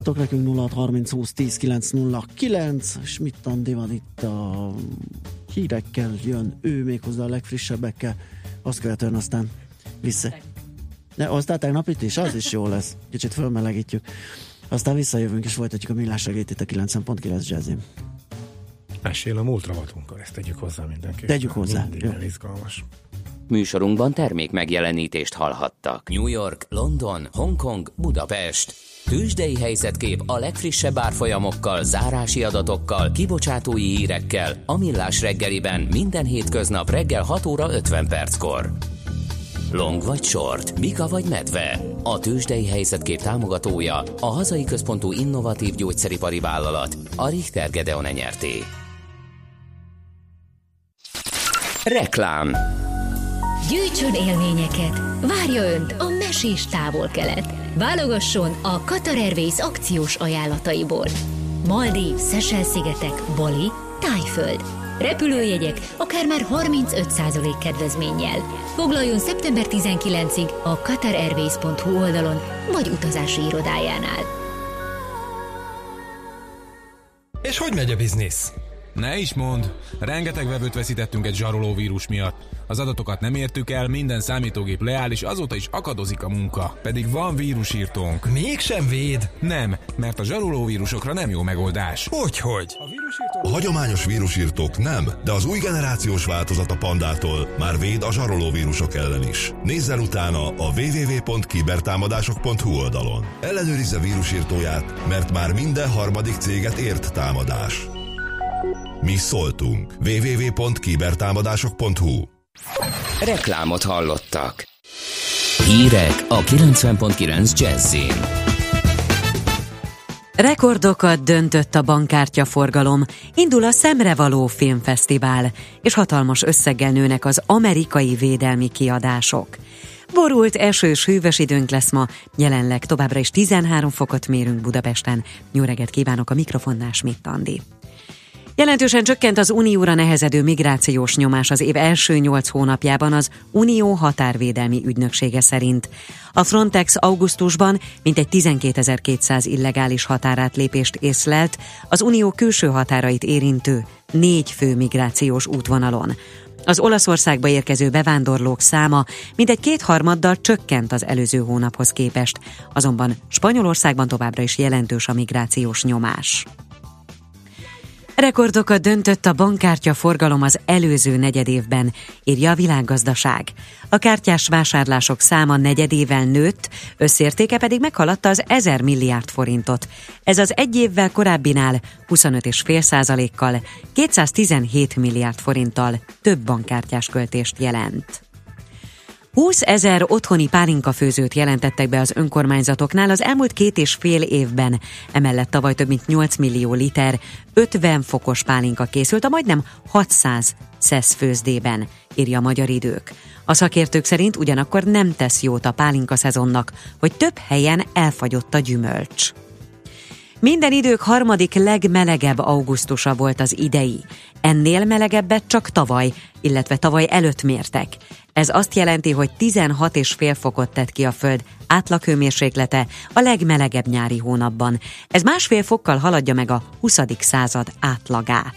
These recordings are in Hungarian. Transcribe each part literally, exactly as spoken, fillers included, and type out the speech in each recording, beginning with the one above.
Nekünk nulla hat harminc húsz tíz kilenc nulla kilenc, Schmidt Andi van itt a hírekkel, jön ő méghozzá a legfrissebbekkel, azt követően aztán vissza. Ne, aztán tegnap itt is, az is jó lesz. Kicsit fölmelegítjük. Aztán visszajövünk és folytatjuk a millás reggelt itt a kilencven pont kilenc Jazzin. Mesél a múlt rovatunkkal, ezt tegyük hozzá mindenki. Tegyük hozzá. Minden izgalmas. Műsorunkban termék megjelenítést hallhattak. New York, London, Hongkong, Budapest. Tőzsdei helyzetkép a legfrissebb árfolyamokkal, zárási adatokkal, kibocsátói hírekkel a Millás reggeliben minden hétköznap reggel hat óra ötven perckor. Long vagy short, bika vagy medve. A tőzsdei helyzetkép támogatója a hazai központú innovatív gyógyszeripari vállalat, a Richter Gedeon Nyrt. Reklám. Gyűjtsön élményeket! Várja Önt a mesés távol-kelet! Válogasson a Qatar Airways akciós ajánlataiból. Maldív, Szesel-szigetek, Bali, Tájföld. Repülőjegyek akár már harmincöt százalék kedvezménnyel. Foglaljon szeptember tizenkilencedikéig a qatar airways pont hu oldalon vagy utazási irodájánál. És hogy megy a biznisz? Ne is mondd, rengeteg vevőt veszítettünk egy zsaroló vírus miatt. Az adatokat nem értük el, minden számítógép leáll, és azóta is akadozik a munka. Pedig van vírusírtónk. Mégsem véd? Nem, mert a zsaroló vírusokra nem jó megoldás. Hogyhogy? A vírusírtók... A hagyományos vírusírtók nem, de az új generációs változat a Pandától már véd a zsaroló vírusok ellen is. Nézzen utána a double-u double-u double-u pont kibertámadások pont hu oldalon. Ellenőrizze vírusírtóját, mert már minden harmadik céget ért támadás. Mi szóltunk. double-u double-u double-u pont kibertámadások pont hu. Reklámot hallottak. Hírek a kilencven pont kilenc Jazzin. Rekordokat döntött a bankkártyaforgalom, indul a Szemrevaló Filmfesztivál, és hatalmas összeggel nőnek az amerikai védelmi kiadások. Borult, esős, hűvös időnk lesz ma, jelenleg továbbra is tizenhárom fokot mérünk Budapesten. Jó reggelt kívánok, a mikrofonnál Schmidt Andi. Jelentősen csökkent az unióra nehezedő migrációs nyomás az év első nyolc hónapjában az Unió határvédelmi ügynöksége szerint. A Frontex augusztusban mintegy tizenkétezer-kétszáz illegális határátlépést észlelt az unió külső határait érintő négy fő migrációs útvonalon. Az Olaszországba érkező bevándorlók száma mintegy kétharmaddal csökkent az előző hónaphoz képest, azonban Spanyolországban továbbra is jelentős a migrációs nyomás. Rekordokat döntött a bankkártya forgalom az előző negyedévben, írja a Világgazdaság. A kártyás vásárlások száma negyedével nőtt, összértéke pedig meghaladta az ezer milliárd forintot. Ez az egy évvel korábbinál huszonöt egész öt százalékkal, kétszáztizenhét milliárd forinttal több bankkártyás költést jelent. húszezer otthoni pálinkafőzőt jelentettek be az önkormányzatoknál az elmúlt két és fél évben. Emellett tavaly több mint nyolc millió liter, ötven fokos pálinka készült a majdnem hatszáz szesz főzdében, írja a Magyar Idők. A szakértők szerint ugyanakkor nem tesz jót a pálinka szezonnak, hogy több helyen elfagyott a gyümölcs. Minden idők harmadik legmelegebb augusztusa volt az idei. Ennél melegebbet csak tavaly, illetve tavaly előtt mértek. Ez azt jelenti, hogy tizenhat egész öt fokot tett ki a Föld átlaghőmérséklete a legmelegebb nyári hónapban. Ez másfél fokkal haladja meg a huszadik század átlagát.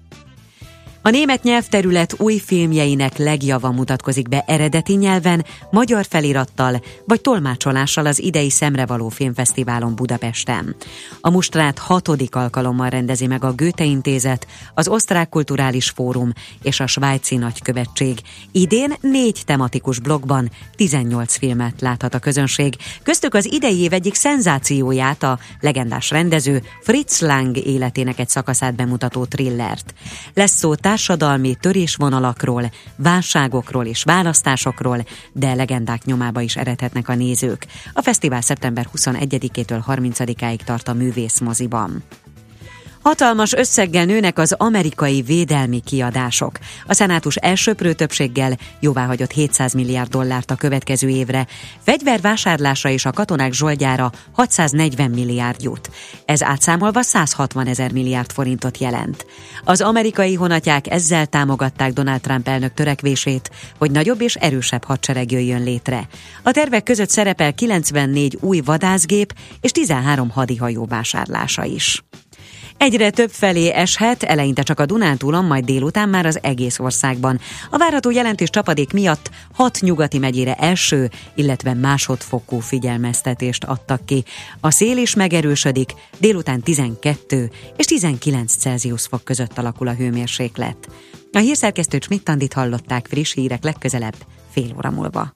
A német nyelvterület új filmjeinek legjava mutatkozik be eredeti nyelven, magyar felirattal vagy tolmácsolással az idei Szemrevaló Filmfesztiválon Budapesten. A mustrát hatodik alkalommal rendezi meg a Goethe Intézet, az Osztrák Kulturális Fórum és a Svájci Nagykövetség. Idén négy tematikus blokkban tizennyolc filmet láthat a közönség, köztük az idei év egyik szenzációját, a legendás rendező Fritz Lang életének egy szakaszát bemutató thrillert. Lesz szó társadalmi törésvonalakról, válságokról és választásokról, de legendák nyomába is eredhetnek a nézők. A fesztivál szeptember huszonegyedikétől harmincadikáig tart a Művészmoziban. Hatalmas összeggel nőnek az amerikai védelmi kiadások. A szenátus elsöprő többséggel jóváhagyott hétszáz milliárd dollárt a következő évre, fegyvervásárlásra és a katonák zsoldjára hatszáznegyven milliárd jut. Ez átszámolva száz hatvan ezer milliárd forintot jelent. Az amerikai honatják ezzel támogatták Donald Trump elnök törekvését, hogy nagyobb és erősebb hadsereg jöjjön létre. A tervek között szerepel kilencvennégy új vadászgép és tizenhárom hadihajó vásárlása is. Egyre több felé eshet, eleinte csak a Dunántúlon, majd délután már az egész országban. A várható jelentős csapadék miatt hat nyugati megyére első, illetve másodfokú figyelmeztetést adtak ki. A szél is megerősödik, délután tizenkettő és tizenkilenc Celsius fok között alakul a hőmérséklet. A hírszerkesztő Schmidt-Andit hallották, friss hírek legközelebb fél óra múlva.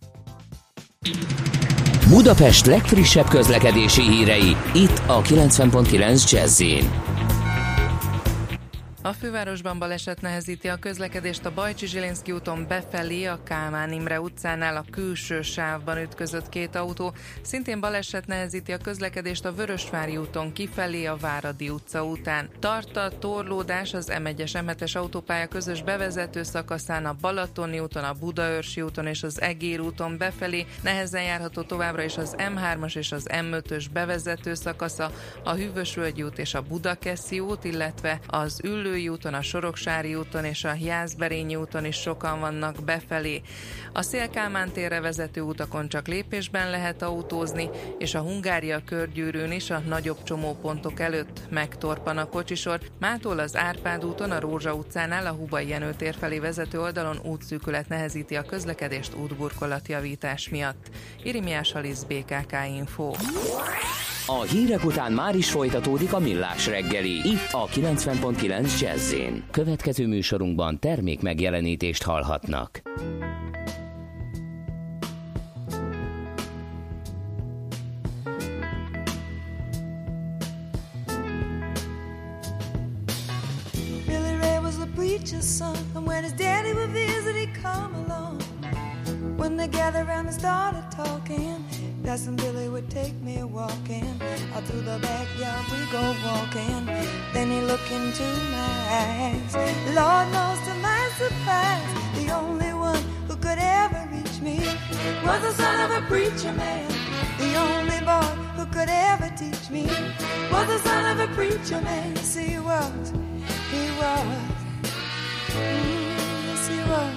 Budapest legfrissebb közlekedési hírei, itt a kilencven pont kilenc Jazz-in. A fővárosban baleset nehezíti a közlekedést a Bajcsy-Zsilinszky úton befelé, a Kálmán Imre utcánál a külső sávban ütközött két autó. Szintén baleset nehezíti a közlekedést a Vörösvári úton kifelé, a Váradi utca után. Tart a torlódás az em egyes em hetes autópálya közös bevezető szakaszán, a Balatoni úton, a Budaörsi úton és az Egér úton befelé. Nehezen járható továbbra is az em hármas és az em ötös bevezető szakasza, a Hűvösvölgyi út és a Budakeszi út, illetve az Üllő úton, a Soroksári úton és a Jászberényi úton is sokan vannak befelé. A Széll-Kálmán térre vezető utakon csak lépésben lehet autózni, és a Hungária körgyűrűn is a nagyobb csomópontok előtt megtorpan a kocsisor. Mától az Árpád úton, a Rózsa utcánál a Hubai Jenő tér felé vezető oldalon útszűkület nehezíti a közlekedést útburkolatjavítás miatt. Irimiás Alisz, bé ká ká Info. A hírek után már is folytatódik a Millás reggeli, itt a kilencven pont kilenc Jazz-in. Következő műsorunkban termék megjelenítést hallhatnak. Billy Ray was a preacher's son, and when his daddy would visit, he'd come along. When they gathered around and started talking, Cousin Billy would take me walking. Out through the backyard we go walking. Then he looked into my eyes. Lord knows to my surprise, the only one who could ever reach me was the son of a preacher man. The only boy who could ever teach me was the son of a preacher man. Yes, he was, he was, mm, yes, he was.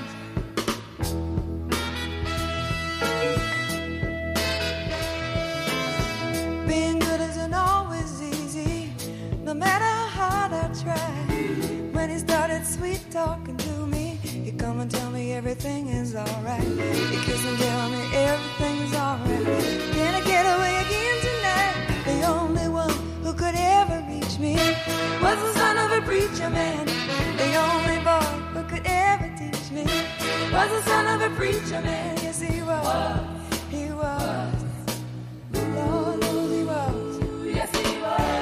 Being good isn't always easy, no matter how hard I try. When he started sweet talking to me, he'd come and tell me everything is alright. He'd kiss and tell me everything's alright. Can I get away again tonight? The only one who could ever reach me was the son of a preacher man. The only boy who could ever teach me was the son of a preacher man. Yes, he was, he was. Lord knows he was. Yes, he was.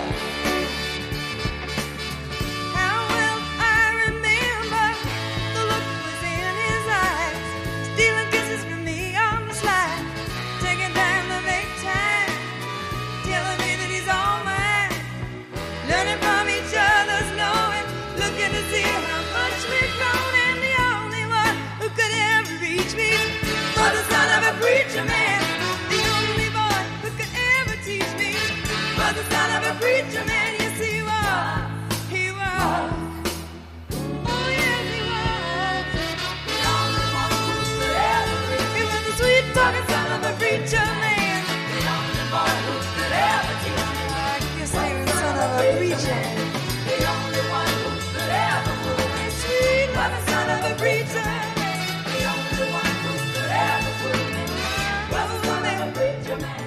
How well I remember the look was in his eyes, stealing kisses from me on the slide, taking time to make time, telling me that he's all mine, learning from each other's knowing, looking to see how much we've grown, and the only one who could ever reach me was the son of a preacher man. Was the son of a preacher man, yes he was, he was, oh yes he was, the only one who could ever reach. He was the sweet talking son of a preacher man, the only boy who could ever teach me. I guess he was the son of a preacher, the only one who could ever move me. Sweet was the son of a preacher man, the only one who could ever move me. Was the son of a preacher man.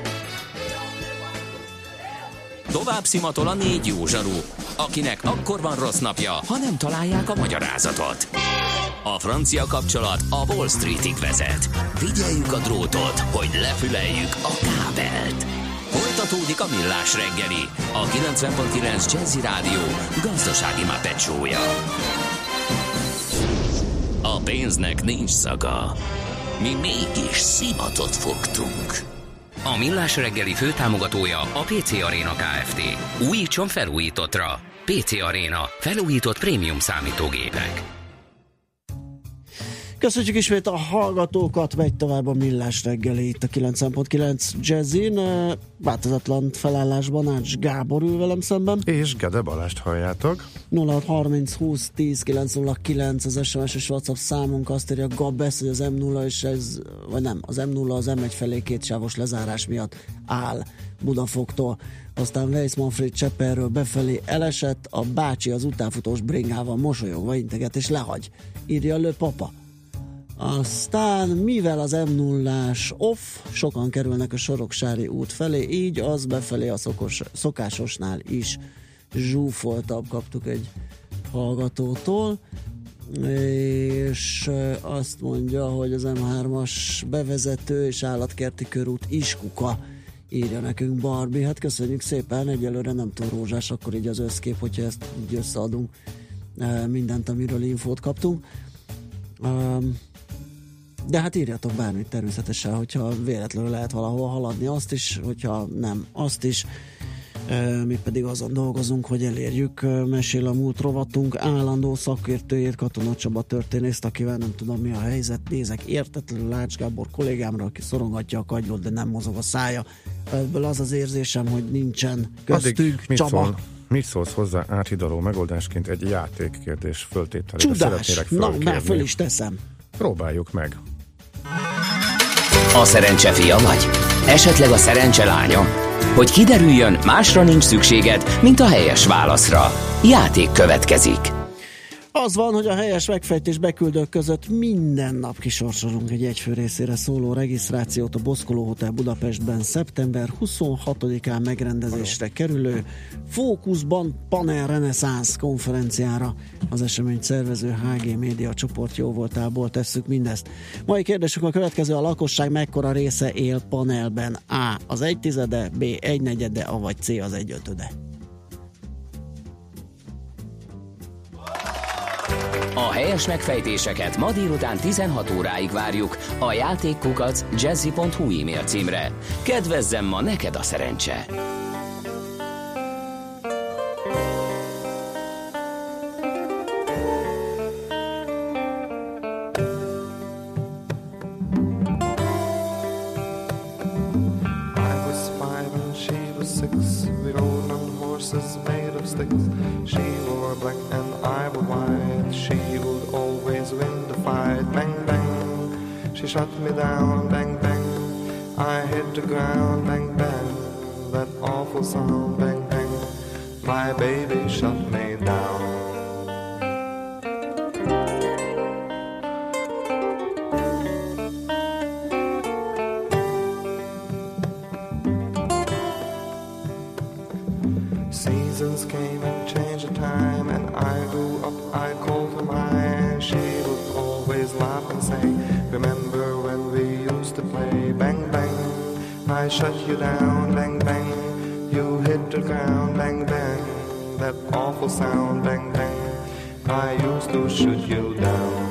Tovább szimatol a négy jó zsaru, akinek akkor van rossz napja, ha nem találják a magyarázatot. A francia kapcsolat a Wall Streetig vezet. Figyeljük a drótot, hogy lefüleljük a kábelt. Folytatódik a Millás reggeli, a kilencven pont kilenc Jazzy Rádió gazdasági Muppet show-ja. A pénznek nincs szaga. Mi mégis szimatot fogtunk. A Millás reggeli főtámogatója a pé cé Arena Kft. Újítson felújítottra. pé cé Arena. Felújított prémium számítógépek. Köszönjük ismét a hallgatókat, megy tovább a Millás reggeli itt a kilenc pont kilenc Jazzin. Változatlan felállásban Ács Gábor ül velem szemben. És Gede Balást halljátok. nulla hat harminc húsz tíz kilenc nulla kilenc az es em es és WhatsApp számunk, azt írja Gabbesz, hogy az em nulla és ez, vagy nem, az em nulla az em egy felé kétsávos lezárás miatt áll Budafogtól. Aztán Weiss Manfred Csepperről befelé elesett, a bácsi az utánfutós bringával mosolyogva integet és lehagy, írja Lő Papa. Aztán, mivel az em nullás off, sokan kerülnek a Soroksári út felé, így az befelé a szokos, szokásosnál is zsúfoltabb, kaptuk egy hallgatótól, és azt mondja, hogy az em hármas bevezető és állatkerti körút is kuka, írja nekünk Barbie. Hát köszönjük szépen, egyelőre nem túl rózsás, akkor így az összkép, hogyha ezt így összeadunk mindent, amiről infót kaptunk. De hát írjatok bármit természetesen, hogyha véletlenül lehet valahol haladni, azt is, hogyha nem, azt is. Mi pedig azon dolgozunk, hogy elérjük. Mesél a múlt rovatunk állandó szakértőjét, Katona Csaba történészt, akivel nem tudom mi a helyzet, nézek értetlenül Ács Gábor kollégámra, aki szorongatja a kagylót, de nem mozog a szája. Ebből az az érzésem, hogy nincsen köztünk mit Csaba. Szól, mit szólsz hozzá áthidaló megoldásként egy játékkérdés föltételére? Csodás! Na, már föl is teszem. Próbáljuk meg. A szerencse fia vagy? Esetleg a szerencse lánya? Hogy kiderüljön, másra nincs szükséged, mint a helyes válaszra. Játék következik. Az van, hogy a helyes megfejtés beküldők között minden nap kisorsolunk egy egyfő részére szóló regisztrációt a Boszkoló Hotel Budapestben szeptember huszonhatodikán megrendezésre kerülő Fókuszban Panel Reneszánsz konferenciára. Az esemény szervező há gé Média csoport jóvoltából tesszük mindezt. Mai kérdésünk a következő: a lakosság mekkora része él panelben? A. az egy tizede, B. egy negyede, A vagy C. az egy ötöde. A helyes megfejtéseket ma délután tizenhat óráig várjuk a játékkukac jazzy pont hu e-mail címre. Kedvezzem ma neked a szerencse! Shut me down, bang, bang. I hit the ground, bang, bang. That awful sound, bang, bang. My baby shut me down. Seasons came and changed the time, and I grew up, I called her mine. She would always laugh and say, remember when we used to play? Bang, bang, I shut you down. Bang, bang, you hit the ground. Bang, bang, that awful sound. Bang, bang, I used to shoot you down.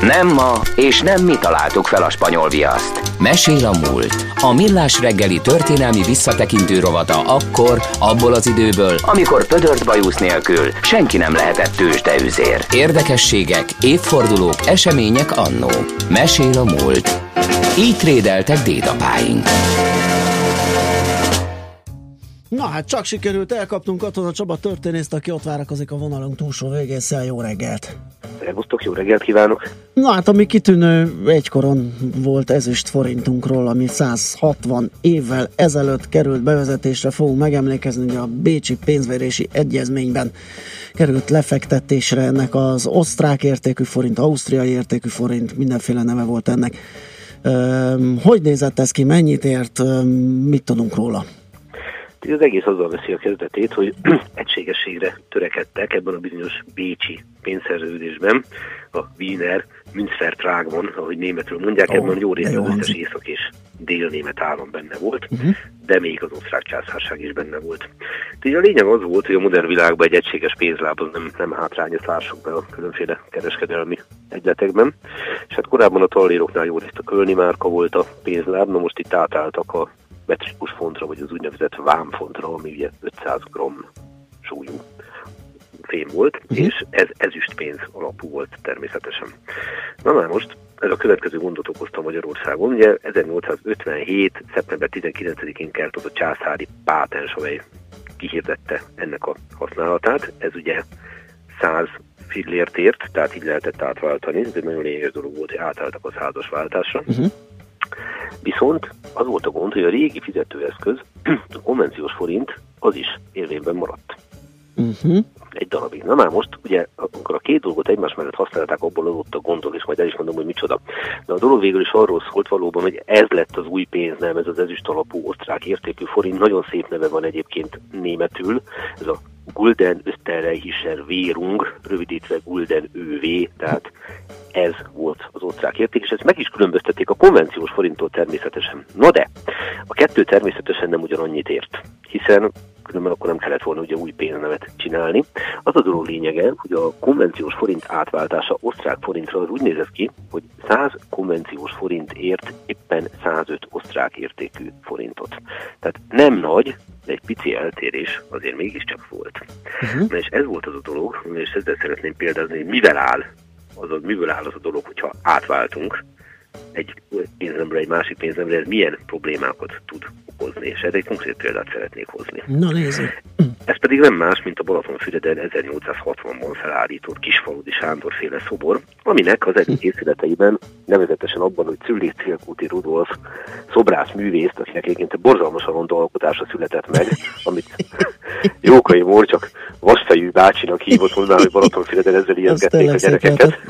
Nem ma, és nem mi találtuk fel a spanyol viaszt. Mesél a múlt. A Millás reggeli történelmi visszatekintő rovata akkor, abból az időből, amikor pödört bajusz nélkül senki nem lehetett tőzsdeüzér. Érdekességek, évfordulók, események annó. Mesél a múlt. Így trédeltek dédapáink. Na hát csak sikerült, elkaptunk Katona Csaba történészt, aki ott várakozik a vonalunk túlsó végén. Szia, jó reggelt! Szervusztok, jó reggelt kívánok! Na hát, ami kitűnő egykoron volt ezüst forintunkról, ami száz hatvan évvel ezelőtt került bevezetésre, fogunk megemlékezni, hogy a Bécsi pénzverési egyezményben került lefektetésre ennek az osztrák értékű forint, ausztriai értékű forint, mindenféle neve volt ennek. Hogy nézett ez ki, mennyit ért, mit tudunk róla? Az egész azzal veszi a kezdetét, hogy egységességre törekedtek ebben a bizonyos bécsi pénzszerződésben, a Wiener Münzvertragban, ahogy németül mondják, oh, ebben jó része az összes észak és délnémet állam benne volt, uh-huh. de még az osztrák császárság is benne volt. Tehát a lényeg az volt, hogy a modern világban egy egységes pénzláb az nem, nem hátrány, ezt lássuk be a különféle kereskedelmi egyletekben. És hát korábban a talléroknál jó részt a kölni márka volt a pénzláb, na most itt átálltak a metrikus fontra, vagy az úgynevezett vámfontra, ami ugye ötszáz gramm súlyú fém volt, uh-huh. és ez ezüstpénz alapú volt természetesen. Na már most ez a következő gondot okozta Magyarországon. Ugye ezernyolcszázötvenhét. szeptember tizenkilencedikén kelt az a császári pátens, amely kihirdette ennek a használatát. Ez ugye száz fillért ért, tehát így lehetett átváltani. Ez egy nagyon lényeges dolog volt, hogy átálltak a százas váltásra. Uh-huh. Viszont az volt a gond, hogy a régi fizetőeszköz, a konvenciós forint, az is érvényben maradt. Uh-huh. Egy darabig. Na már most, ugye, amikor a két dolgot egymás mellett használták, abból adott a gondol, és majd el is mondom, hogy micsoda. De a dolog végül is arról szólt valóban, hogy ez lett az új pénz, nem ez az ezüst alapú osztrák értékű forint. Nagyon szép neve van egyébként németül, ez a Gulden Österreichischer Währung, rövidítve Gulden ÖV, tehát ez volt az osztrák érték, és ezt meg is különböztették a konvenciós forinttól természetesen. Na de, a kettő természetesen nem ugyanannyit ért, hiszen különben akkor nem kellett volna ugye új pénznevet csinálni. Az a dolog lényege, hogy a konvenciós forint átváltása osztrák forintra az úgy nézett ki, hogy száz konvenciós forint ért éppen százöt osztrák értékű forintot. Tehát nem nagy, de egy pici eltérés azért mégiscsak volt. Uh-huh. Na és ez volt az a dolog, és ezzel szeretném példázni, hogy mivel áll az, miből áll az a dolog, hogyha átváltunk egy pénznemre, egy másik pénznemre, ez milyen problémákat tud okozni, és erre egy konkrét példát szeretnék hozni. Na nézzük. Ez pedig nem más, mint a Balatonfüreden ezernyolcszázhatvanban felállított Kisfaludy Sándor-féle szobor, aminek az egyik készületeiben, nevezetesen abban, hogy Czüllich Célkúti Rudolf szobrász művészt, akinek egyébként borzalmas a ronda alkotása született meg, amit Jókai Mór csak vasfejű bácsinak hívott, mondaná, hogy Balatonfüreden ezzel ijeszgették a gyerekeket.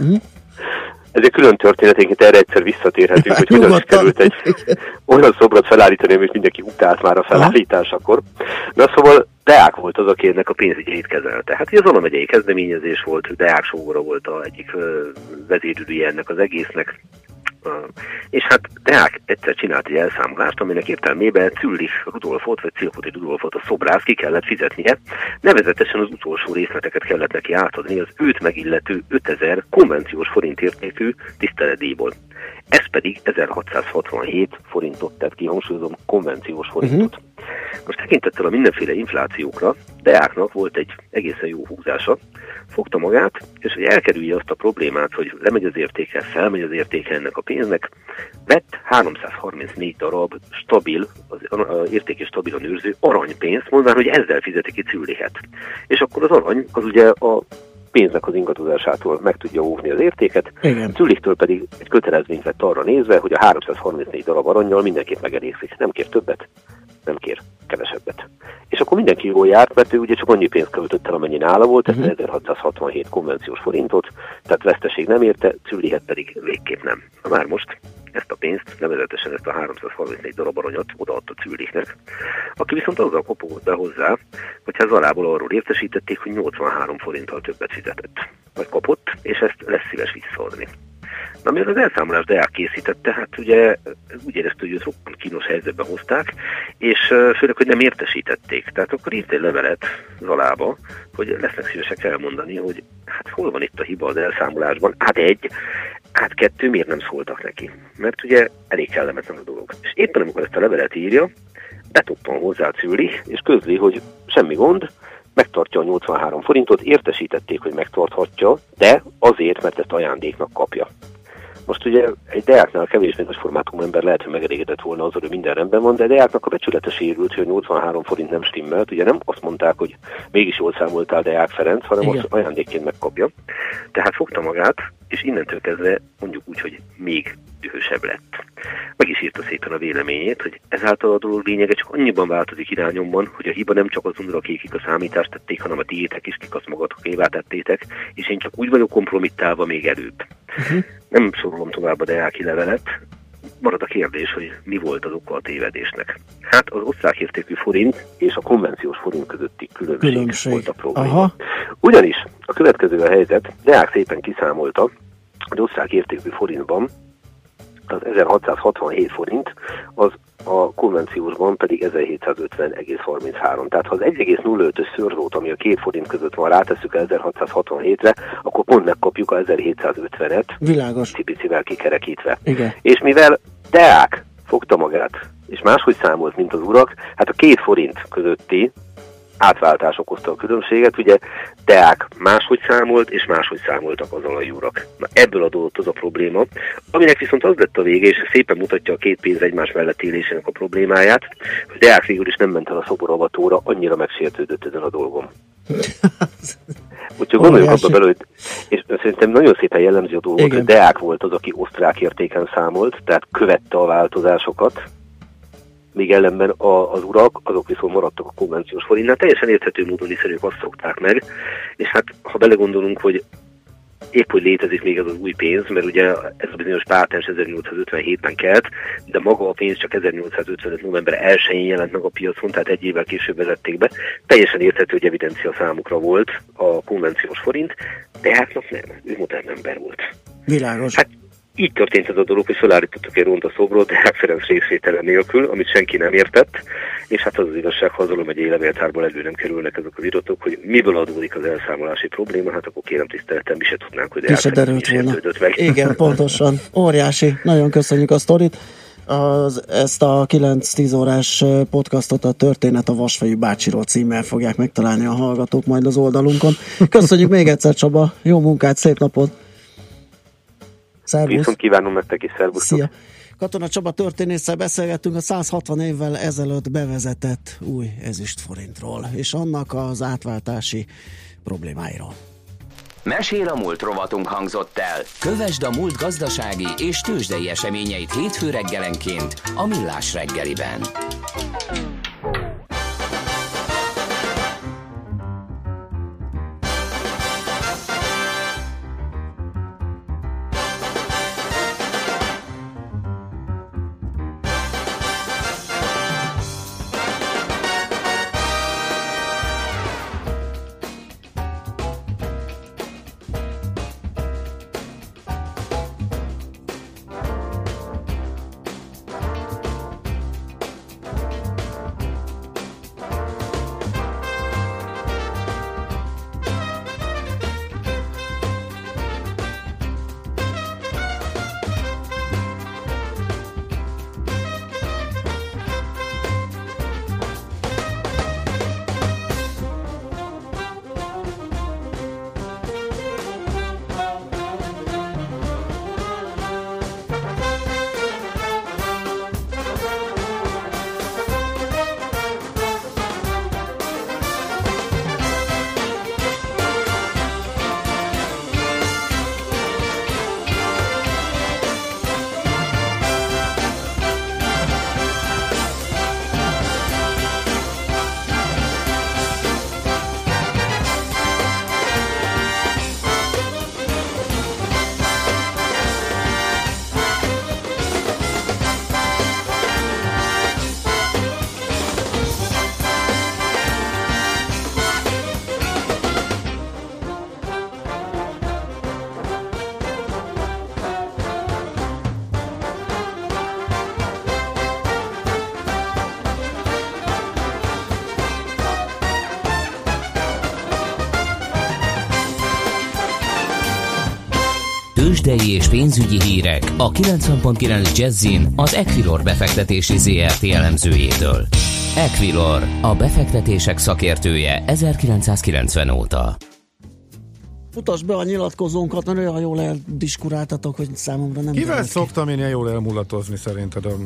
Ez egy külön történeténként, erre egyszer visszatérhetünk, hogy hogyan is került egy olyan szobrot felállítani, amit mindenki utált már a felállításakor. Na szóval Deák volt az, aki ennek a pénzügyeit kezelte. Hát ez Zala megyei kezdeményezés volt, Deák sógora volt az egyik vezérülője ennek az egésznek. Uh, és hát Deák egyszer csinált egy elszámolást, aminek értelmében Czüllich Rudolfot, vagy Célkúti Rudolfot, a szobrász ki kellett fizetnie, nevezetesen az utolsó részleteket kellett neki átadni az őt megillető ötezer konvenciós forint értékű tiszteletdíjból. Ez pedig ezerhatszázhatvanhét forintot tett ki, hangsúlyozom, konvenciós forintot. Uh-huh. Most tekintettel a mindenféle inflációkra, Deáknak volt egy egészen jó húzása, fogta magát, és hogy elkerülje azt a problémát, hogy lemegy az értéke, felmegy az értéke ennek a pénznek, vett háromszázharmincnégy darab stabil, az értéke stabilan őrző aranypénzt, mondván, hogy ezzel fizeti ki Czüllichet. És akkor az arany, az ugye a pénznek az ingadozásától meg tudja óvni az értéket, Czüllichtől pedig egy kötelezményt vett arra nézve, hogy a háromszázharmincnégy darab arannyal mindenképp megelégszik, nem kér többet, nem kér kevesebbet. És akkor mindenki jól járt, mert ő ugye csak annyi pénzt költött el, amennyi nála volt, uh-huh. ez ezerhatszázhatvanhét konvenciós forintot, tehát veszteség nem érte, Czüllichet pedig végképp nem. Na már most ezt a pénzt, nevezetesen ezt a háromszázharmincnégy darab aranyat odaadta Czüllichnek, aki viszont azzal kopogott be hozzá, hogy hát Zalából arról értesítették, hogy nyolcvanhárom forinttal többet fizetett, vagy kapott, és ezt lesz szíves visszaadni. Amiről az elszámolás Deák készítette, hát ugye úgy éreztük, hogy őt roppant kínos helyzetbe hozták, és főleg, hogy nem értesítették. Tehát akkor írt egy levelet Zalába, hogy lesznek szívesek elmondani, hogy hát hol van itt a hiba az elszámolásban. Hát egy, hát kettő, miért nem szóltak neki? Mert ugye elég kellemetlen a dolog. És éppen amikor ezt a levelet írja, betoppan hozzá Czüli, és közli, hogy semmi gond, megtartja a nyolcvanhárom forintot, értesítették, hogy megtarthatja, de azért, mert ezt ajándéknak kapja. Most ugye egy Deáknál kevésbé nagy formátumú ember lehet, hogy megelégedett volna azzal, hogy minden rendben van, de Deáknak a becsülete sérült, hogy nyolcvanhárom forint nem stimmelt. Ugye nem azt mondták, hogy mégis jól számoltál Deák Ferenc, hanem igen, azt ajándékként megkapja. Tehát fogta magát, és innentől kezdve mondjuk úgy, hogy még dühösebb lett. Meg is írta szépen a véleményét, hogy ezáltal a dolog lényege csak annyiban változik irányomban, hogy a hiba nem csak azon akik a számítást tették, hanem a tiétek is, kik azt magatokévá tettétek, és én csak úgy vagyok kompromittálva még előbb. Uh-huh. Nem sorolom tovább a Deáki levelet, marad a kérdés, hogy mi volt az oka a tévedésnek. Hát az osztrákértékű forint és a konvenciós forint közötti különbség, különbség. volt a probléma. Aha. Ugyanis a következő a helyzet, Deák szépen kiszámolta, hogy osztrákértékű forintban az ezerhatszázhatvanhét forint, az a konvenciósban pedig ezerhétszázötven egész harminchárom. Tehát ha az egy egész nulla ötös szörzót, ami a két forint között van, rátesszük el ezerhatszázhatvanhétre, akkor pont megkapjuk a ezerhétszázötvenet. Világos. Cipicivel kikerekítve. Igen. És mivel Deák fogta magát, és máshogy számolt, mint az urak, hát a két forint közötti átváltás okozta a különbséget, ugye Deák máshogy számolt, és máshogy számoltak az alai urak. Na, ebből adódott az a probléma, aminek viszont az lett a vége, és szépen mutatja a két pénz egymás mellett élésének a problémáját, hogy Deák végül is nem ment el a szoboravatóra, annyira megsértődött ezen a dolgon. Úgyhogy gondoljuk abba bele, hogy, és szerintem nagyon szépen jellemzi a dolgot, hogy Deák volt az, aki osztrák értéken számolt, tehát követte a változásokat, még ellenben a, az urak, azok viszont maradtak a konvenciós forintnál. Teljesen érthető módon is szerint azt szokták meg, és hát ha belegondolunk, hogy épp hogy létezik még ez az új pénz, mert ugye ez a bizonyos pátens ezernyolcszázötvenhétben kelt, de maga a pénz csak ezernyolcszázötvenöt november elsején jelent meg a piacon, tehát egy évvel később vezették be. Teljesen érthető, hogy evidencia számukra volt a konvenciós forint, de hát nem, ő modern ember volt. Világos. Hát, így történt ez a dolog, hogy felállítottuk egy ronda szobrot Deák Ferenc részvétele nélkül, amit senki nem értett, és hát az az igazság, ha az Alomegyei levéltárból elő nem kerülnek ezek az iratok, hogy miből adódik az elszámolási probléma, hát akkor kérem tisztelettel, mi se tudnánk, hogy Deák Ferenc is értődött meg. Igen, pontosan. Óriási. Nagyon köszönjük a sztorit. Az, ezt a kilenc-tíz órás podcastot a Történet a Vasfejű bácsiról címmel fogják megtalálni a hallgatók majd az oldalunkon. Köszönjük még egyszer, Csaba. Jó munkát, szép napot! Szervusz. Viszont kívánom nektek is, szervusztok. Szia. Katona Csaba történésszel beszélgettünk a száz hatvan évvel ezelőtt bevezetett új ezüstforintról, és annak az átváltási problémáiról. Mesél a múlt rovatunk hangzott el. Kövesd a múlt gazdasági és tőzsdei eseményeit hétfő reggelenként a Millás reggeliben. Tőzsdei és pénzügyi hírek a kilencven pont kilenc Jazzin az Equilor befektetési zé er té elemzőjétől. Equilor, a befektetések szakértője ezerkilencszázkilencven óta. Utasd be a nyilatkozónkat, mert olyan jól eldiskuráltatok, hogy számomra nem... Kivel szoktam én ilyen jól elmulatozni szerinted? A...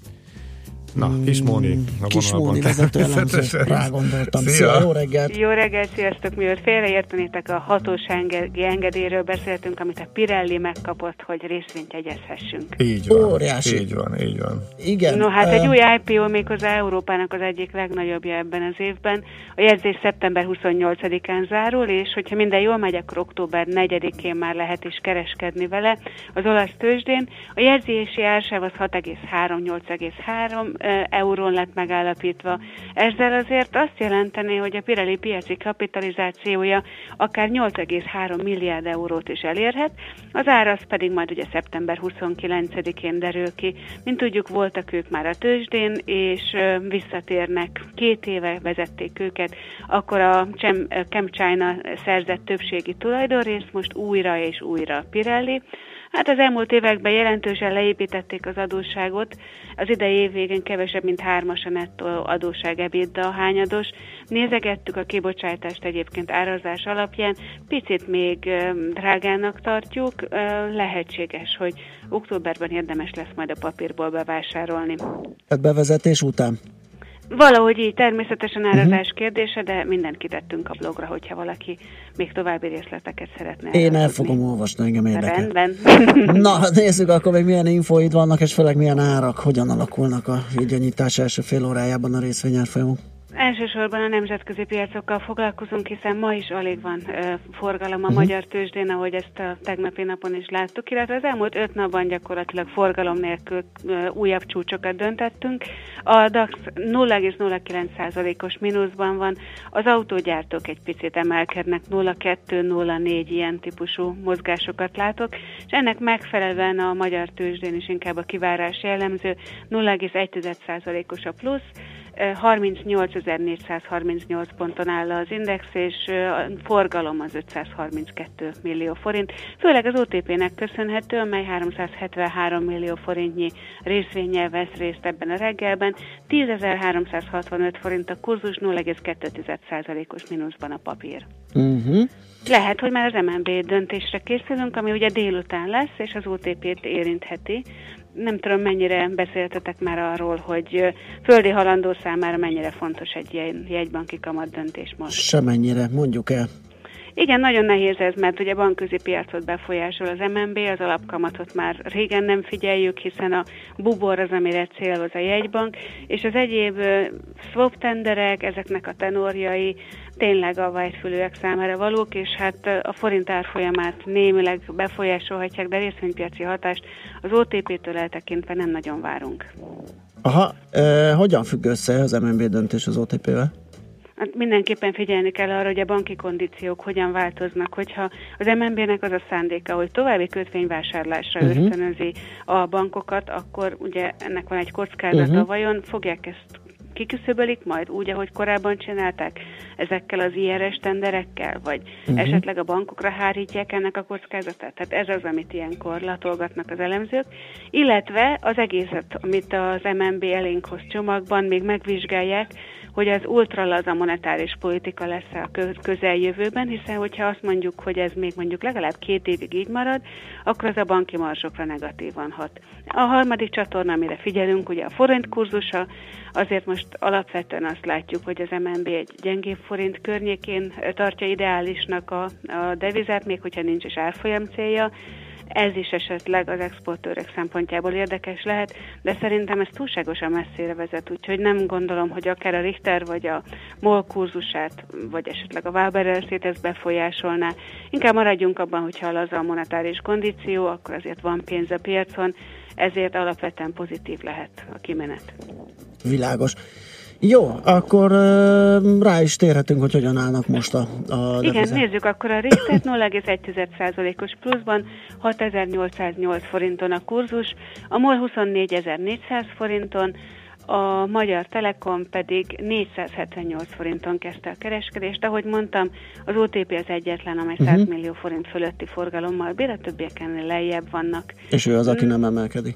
Na, Kis Móni a Kis Móni vezető elemző, rágondoltam. Szia, jó reggelt! Jó reggelt, sziasztok! Miért félreértenétek, a hatós engedélyről beszéltünk, amit a Pirelli megkapott, hogy részvényt jegyezhessünk. Így van, óriási. Így van, így van. Igen. No, hát egy új I P O méghozzá Európának az egyik legnagyobbja ebben az évben. A jegyzés szeptember huszonnyolcadikán zárul, és hogyha minden jól megy, akkor október negyedikén már lehet is kereskedni vele az olasz tőzsdén. A jegyzési ársáv az hat egész három nyolc egész három eurón lett megállapítva. Ezzel azért azt jelenteni, hogy a Pirelli piaci kapitalizációja akár nyolc egész három milliárd eurót is elérhet, az ár az pedig majd ugye szeptember huszonkilencedikén derül ki. Mint tudjuk, voltak ők már a tőzsdén, és visszatérnek. Két éve vezették őket, akkor a ChemChina szerzett többségi tulajdonrészt, most újra és újra Pirelli. Hát az elmúlt években jelentősen leépítették az adósságot, az idei év végén kevesebb, mint hármas a nettó adósság EBITDA hányados. Nézegettük a kibocsátást egyébként árazás alapján, picit még drágának tartjuk, lehetséges, hogy októberben érdemes lesz majd a papírból bevásárolni. Tehát bevezetés után? Valahogy így, természetesen árazás uh-huh. kérdése, de mindent kitettünk a blogra, hogyha valaki még további részleteket szeretne. Én el fogom olvasni, engem érdekel. Rendben. Na, nézzük akkor még milyen infóid vannak, és főleg milyen árak, hogyan alakulnak a ügyanyítás első fél órájában a részvényárfolyamok. Elsősorban a nemzetközi piacokkal foglalkozunk, hiszen ma is alig van ö, forgalom a uh-huh. magyar tőzsdén, ahogy ezt a tegnapi napon is láttuk, illetve az elmúlt öt napban gyakorlatilag forgalom nélkül ö, újabb csúcsokat döntettünk. A DAX nulla egész nulla kilenc százalékos mínuszban van, az autógyártók egy picit emelkednek, nulla egész kettő nulla négy ilyen típusú mozgásokat látok, és ennek megfelelően a magyar tőzsdén is inkább a kivárás jellemző, nulla egész egy százalékos a plusz, harmincnyolcezer-négyszázharmincnyolc ponton áll az index, és a forgalom az ötszázharminckettő millió forint. Főleg az o té pé-nek köszönhető, amely háromszázhetvenhárom millió forintnyi részvénnyel vesz részt ebben a reggelben. tízezer-háromszázhatvanöt forint a kurzus, nulla egész kettő százalékos mínuszban a papír. Uh-huh. Lehet, hogy már az em en bé döntésre készülünk, ami ugye délután lesz, és az o té pét érintheti. Nem tudom, mennyire beszéltetek már arról, hogy földi halandó számára mennyire fontos egy jegybanki kamat döntés most. Semennyire, mondjuk el. Igen, nagyon nehéz ez, mert ugye bankközi piacot befolyásol az em en bé, az alapkamatot már régen nem figyeljük, hiszen a bubor az, amire céloz a jegybank, és az egyéb swap tenderek, ezeknek a tenorjai tényleg a vágyfülőek számára valók, és hát a forint árfolyamát némileg befolyásolhatják, de részvénypiaci hatást az o té pé-től eltekintve nem nagyon várunk. Aha, e, hogyan függ össze az em en bé döntés az o té pé-vel? Hát mindenképpen figyelni kell arra, hogy a banki kondíciók hogyan változnak, hogyha az em en bé-nek az a szándéka, hogy további kötvényvásárlásra uh-huh. ösztönözi a bankokat, akkor ugye ennek van egy kockázata, uh-huh. vajon fogják ezt kiküszöbölik majd úgy, ahogy korábban csinálták ezekkel az i er es tenderekkel, vagy uh-huh. esetleg a bankokra hárítják ennek a kockázatát. Tehát ez az, amit ilyenkor latolgatnak az elemzők, illetve az egészet, amit az em en bé elénk hoz csomagban még megvizsgálják, hogy az ultralaza monetáris politika lesz a közeljövőben, hiszen hogyha azt mondjuk, hogy ez még mondjuk legalább két évig így marad, akkor az a banki marzsokra negatívan hat. A harmadik csatorna, amire figyelünk, ugye a forint kurzusa, azért most alapvetően azt látjuk, hogy az em en bé egy gyengébb forint környékén tartja ideálisnak a, a devizát, még hogyha nincs is árfolyam célja. Ez is esetleg az exportőrök szempontjából érdekes lehet, de szerintem ez túlságosan messzire vezet, úgyhogy nem gondolom, hogy akár a Richter vagy a MOL kurzusát, vagy esetleg a Wabererszét ez befolyásolná. Inkább maradjunk abban, hogyha az a monetáris kondíció, akkor azért van pénz a piacon, ezért alapvetően pozitív lehet a kimenet. Világos. Jó, akkor uh, rá is térhetünk, hogy hogyan állnak most a, a Igen, devizák. nézzük akkor a Richtert, nulla egész egy százalékos pluszban, hatezer-nyolcszáznyolc forinton a kurzus, a MOL huszonnégyezer-négyszáz forinton, a Magyar Telekom pedig négyszázhetvennyolc forinton kezdte a kereskedést. Ahogy mondtam, az o té pé az egyetlen, amely uh-huh. száz millió forint fölötti forgalommal bír, a többieken lejjebb vannak. És ő az, aki nem emelkedik?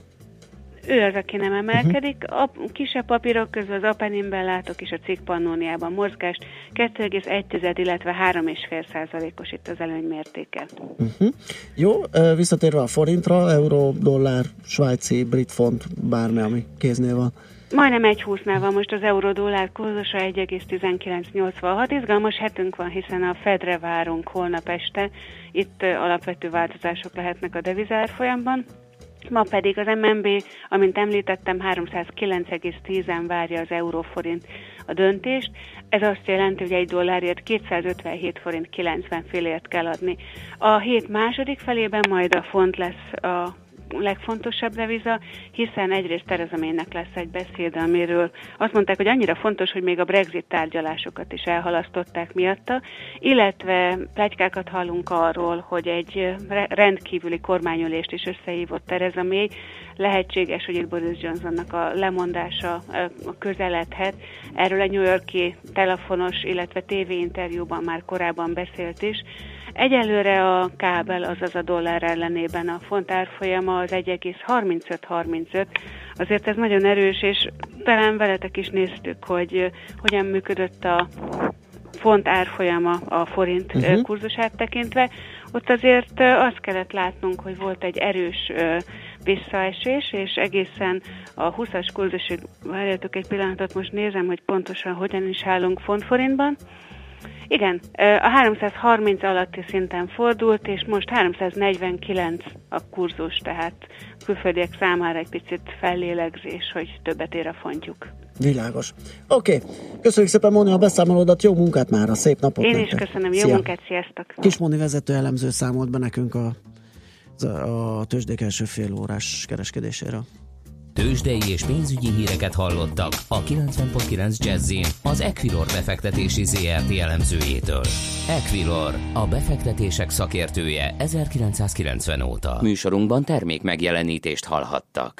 Ő az, aki nem emelkedik. A kisebb papírok közül az Apeninben látok is a cikk Pannóniában mozgást, kettő egész egy, illetve három egész öt százalékos itt az előnymértéke. Uh-huh. Jó, visszatérve a forintra, euró, dollár, svájci, brit font, bármi, ami kéznél van. Majdnem egy húsznál van most az euró-dollár kurzusa, egy egész tizenkilenc nyolcvanhat. Izgalmas hetünk van, hiszen a Fedre várunk holnap este. Itt alapvető változások lehetnek a devizárfolyamban. Ma pedig az em en bé, amint említettem, háromszázkilenc egész tízen várja az euróforint a döntést. Ez azt jelenti, hogy egy dollárért kétszázötvenhét forint kilencven fillért kell adni. A hét második felében majd a font lesz a legfontosabb deviza, hiszen egyrészt Theresa Maynek lesz egy beszéd, amiről azt mondták, hogy annyira fontos, hogy még a Brexit tárgyalásokat is elhalasztották miatta, illetve pletykákat hallunk arról, hogy egy rendkívüli kormányülést is összehívott Theresa May. Lehetséges, hogy itt Boris Johnsonnak a lemondása közeledhet. Erről egy New York-i telefonos, illetve tévéinterjúban már korábban beszélt is. Egyelőre a kábel, azaz a dollár ellenében a font árfolyama az egy egész harmincöt harmincöt. Azért ez nagyon erős, és talán veletek is néztük, hogy hogyan működött a font árfolyama a forint uh-huh. kurzusát tekintve. Ott azért azt kellett látnunk, hogy volt egy erős visszaesés, és egészen a húszas kurzusig, várjatok egy pillanatot, most nézem, hogy pontosan hogyan is állunk font-forintban. Igen, a háromszázharminc alatti szinten fordult, és most háromszáznegyvenkilenc a kurzus, tehát külföldiek számára egy picit fellélegzés, hogy többet ér a fontjuk. Világos. Oké, okay. Köszönjük szépen, Móni, a beszámolódat, jó munkát már, a szép napot. Én nektek. is köszönöm, jó Szia. munkát, sziasztok! Kis Móni vezető elemző számolt be nekünk a, a tőzsdék első fél órás kereskedéséről. Tőzsdei és pénzügyi híreket hallottak a kilencven pont kilenc Jazzin az Equilor befektetési zé er té elemzőjétől. Equilor, a befektetések szakértője ezerkilencszázkilencven óta. Műsorunkban termék megjelenítést hallhattak.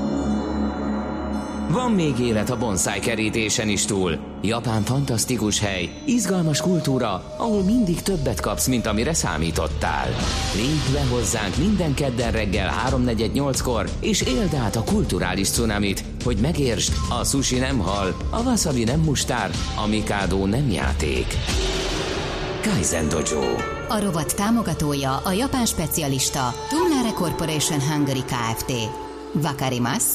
Van még élet a bonsai kerítésen is túl. Japán fantasztikus hely, izgalmas kultúra, ahol mindig többet kapsz, mint amire számítottál. Lépj le hozzánk minden kedden reggel háromnegyed nyolckor, és éld át a kulturális cunamit, hogy megértsd, a sushi nem hal, a wasabi nem mustár, a mikado nem játék. Kaizen Dojo. A rovat támogatója a japán specialista Tumlare Corporation Hungary Kft. Wakarimasu.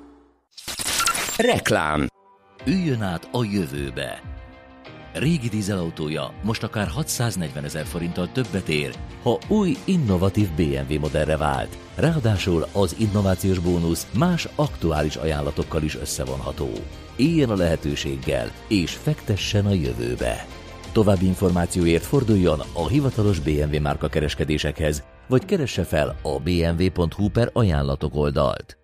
Reklám. Üljön át a jövőbe. Régi dízelautója most akár hatszáznegyvenezer forinttal többet ér, ha új, innovatív bé em vé modellre vált. Ráadásul az innovációs bónusz más aktuális ajánlatokkal is összevonható. Éljen a lehetőséggel, és fektessen a jövőbe. További információért forduljon a hivatalos bé em vé márka kereskedésekhez, vagy keresse fel a bé em vé pont hú per ajánlatok oldalt.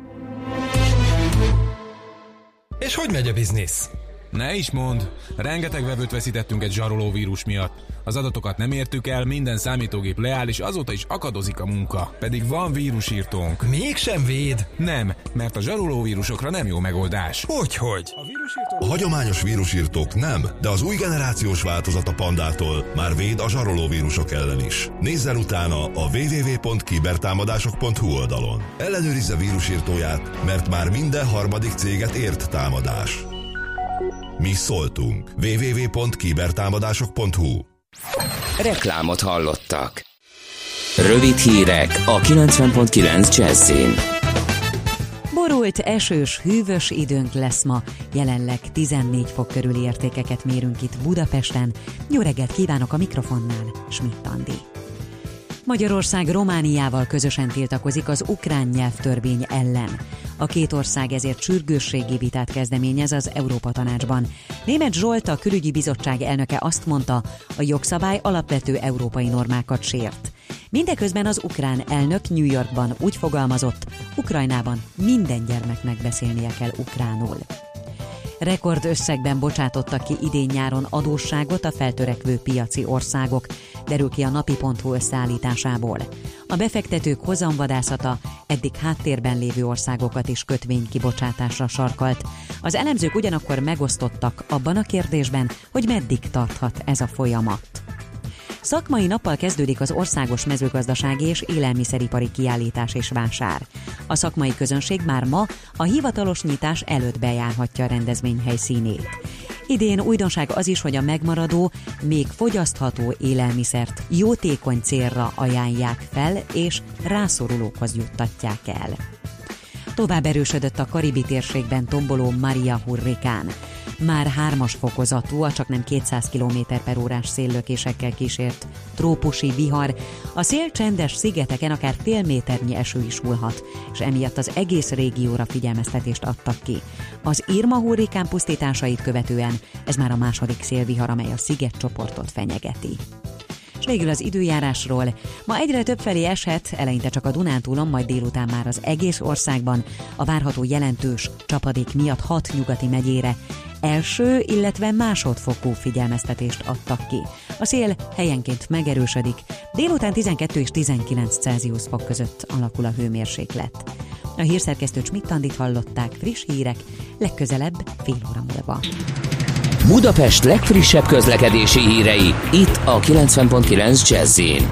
És hogy megy a biznisz? Ne is mond, rengeteg vevőt veszítettünk egy zsaroló vírus miatt. Az adatokat nem értük el, minden számítógép leáll, és azóta is akadozik a munka. Pedig van vírusírtónk. Mégsem véd? Nem, mert a zsaroló vírusokra nem jó megoldás. Hogyhogy? A hagyományos vírusírtók nem, de az új generációs változat a Pandától már véd a zsaroló vírusok ellen is. Nézz el utána a double-u double-u double-u pont kibertámadások pont hú oldalon. Ellenőrizze vírusírtóját, mert már minden harmadik céget ért támadás. Mi szóltunk. double-u double-u double-u pont kibertámadások pont hú. Reklámot hallottak. Rövid hírek a kilencven pont kilenc Jazzin. Borult, esős, hűvös időnk lesz ma. Jelenleg tizennégy fok körüli értékeket mérünk itt Budapesten. Jó reggelt kívánok a mikrofonnál, Schmidt Andi. Magyarország Romániával közösen tiltakozik az ukrán nyelvtörvény ellen. A két ország ezért sürgősségi vitát kezdeményez az Európa Tanácsban. Németh Zsolt, a Külügyi Bizottság elnöke azt mondta, a jogszabály alapvető európai normákat sért. Mindeközben az ukrán elnök New Yorkban úgy fogalmazott, Ukrajnában minden gyermeknek beszélnie kell ukránul. Rekord összegben bocsátottak ki idén-nyáron adósságot a feltörekvő piaci országok. derül ki a napi pont hu összeállításából. A befektetők hozamvadászata eddig háttérben lévő országokat is kötvénykibocsátásra sarkalt. Az elemzők ugyanakkor megosztottak abban a kérdésben, hogy meddig tarthat ez a folyamat. Szakmai nappal kezdődik az Országos Mezőgazdasági és Élelmiszeripari Kiállítás és Vásár. A szakmai közönség már ma a hivatalos nyitás előtt bejárhatja a rendezvény helyszínét. Idén újdonság az is, hogy a megmaradó, még fogyasztható élelmiszert jótékony célra ajánlják fel, és rászorulókhoz juttatják el. Tovább erősödött a karibi térségben tomboló Maria hurrikán. Már hármas fokozatú, a csaknem kétszáz kilométer per órás széllökésekkel kísért trópusi vihar. A szél csendes szigeteken akár fél méternyi eső is hullhat, és emiatt az egész régióra figyelmeztetést adtak ki. Az Irma hurrikán pusztításait követően ez már a második szélvihar, amely a szigetcsoportot fenyegeti. És végül az időjárásról. Ma egyre többfelé eshet, eleinte csak a Dunántúlon, majd délután már az egész országban. A várható jelentős csapadék miatt hat nyugati megyére első, illetve másodfokú figyelmeztetést adtak ki. A szél helyenként megerősödik, délután tizenkettő és tizenkilenc Celsius fok között alakul a hőmérséklet. A hírszerkesztő Schmidt-Andit hallották, friss hírek, legközelebb fél óra múlva. Budapest legfrissebb közlekedési hírei, itt a kilencven pont kilenc Jazz-in.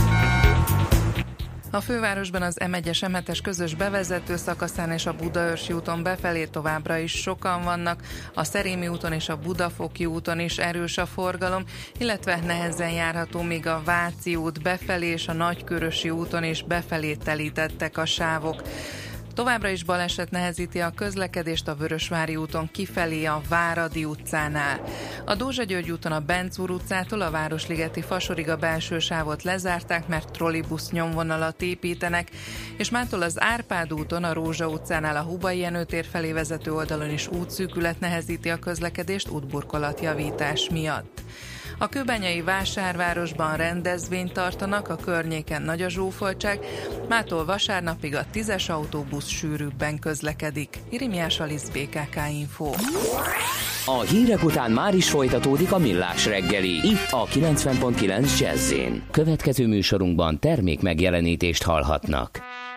A fővárosban az em egyes em hetes közös bevezető szakaszán és a Budaörsi úton befelé továbbra is sokan vannak, a Szerémi úton és a Budafoki úton is erős a forgalom, illetve nehezen járható még a Váci út befelé és a Nagykörösi úton is befelé telítettek a sávok. Továbbra is baleset nehezíti a közlekedést a Vörösvári úton kifelé a Váradi utcánál. A Dózsa György úton a Bencúr utcától a Városligeti Fasorig a belső sávot lezárták, mert trollibusz nyomvonalat építenek, és mától az Árpád úton a Rózsa utcánál a Hubai Jenő tér felé vezető oldalon is útszűkület nehezíti a közlekedést útburkolatjavítás miatt. A kőbányai vásárvárosban rendezvényt tartanak, a környéken nagy a zsúfoltság, mától vasárnapig a tízes autóbusz sűrűbben közlekedik. Irimiás Alisz, bé ká ká Info. A hírek után már is folytatódik a Millás reggeli, itt a kilencven pont kilenc Jazz-in. Következő műsorunkban termék megjelenítést hallhatnak.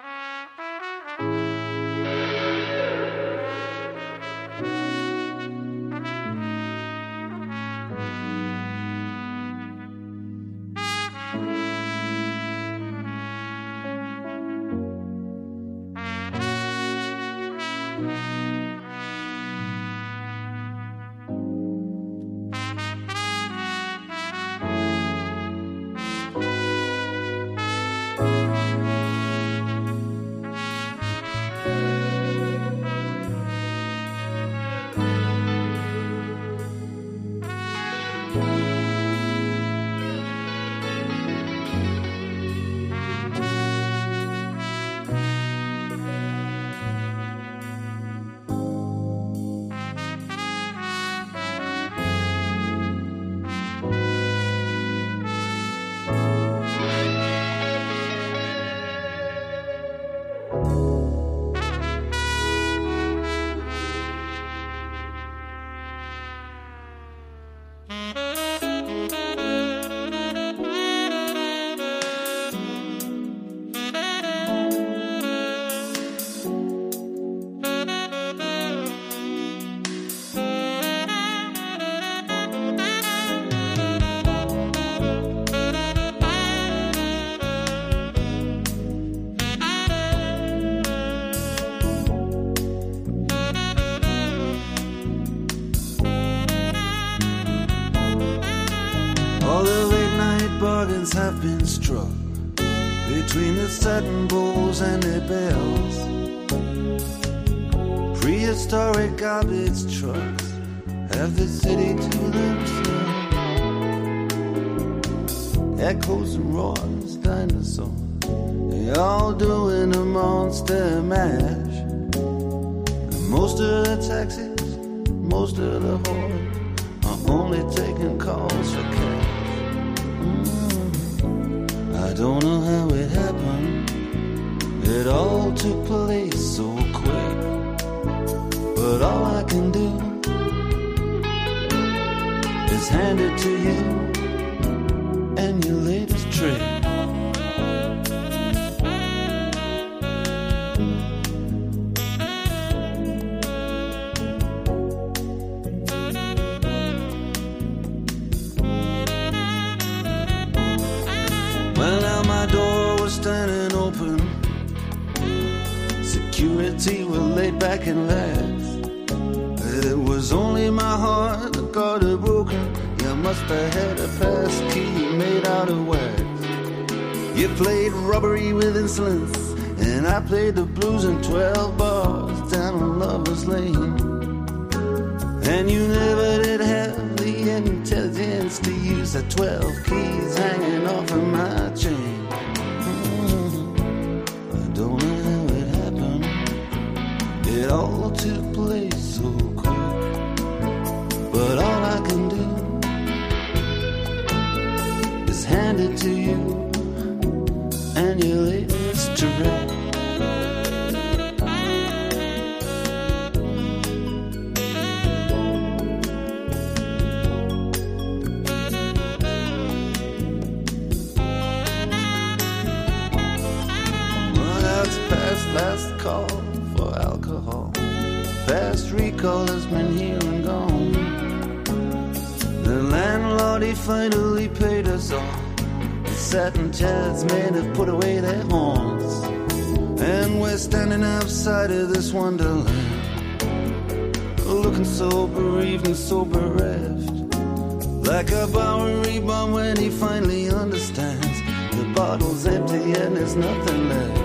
Have been struck between the satin bowls and the bells. Prehistoric garbage trucks have the city to themselves. Echoes and roars, dinosaurs, they all doing a monster mash. And most of the taxis, most of the horde are only taking calls for cash. I don't know how it happened, it all took place so quick. But all I can do is hand it to you and your latest trick. Well, now my door was standing open. Security were laid back and laughed. It was only my heart that got it broken. You must have had a pass key made out of wax. You played robbery with insolence, and I played the blues in twelve bars down on Lover's Lane. And you never did have the intelligence to use the twelve keys hanging off of my chain. I don't know how it happened. It all took place so quick. But all I can do is hand it to you and your latest trick. Last call for alcohol. Fast recall has been here and gone. The landlord, he finally paid us all. The satin chairs men have put away their horns. And we're standing outside of this wonderland, looking so bereaved and so bereft. Like a Bowery bomb when he finally understands the bottle's empty and there's nothing left.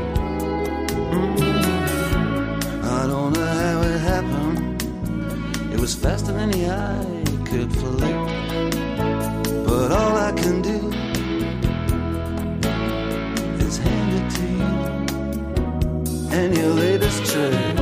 I don't know how it happened. It was faster than the eye could flick. But all I can do is hand it to you and your latest trick.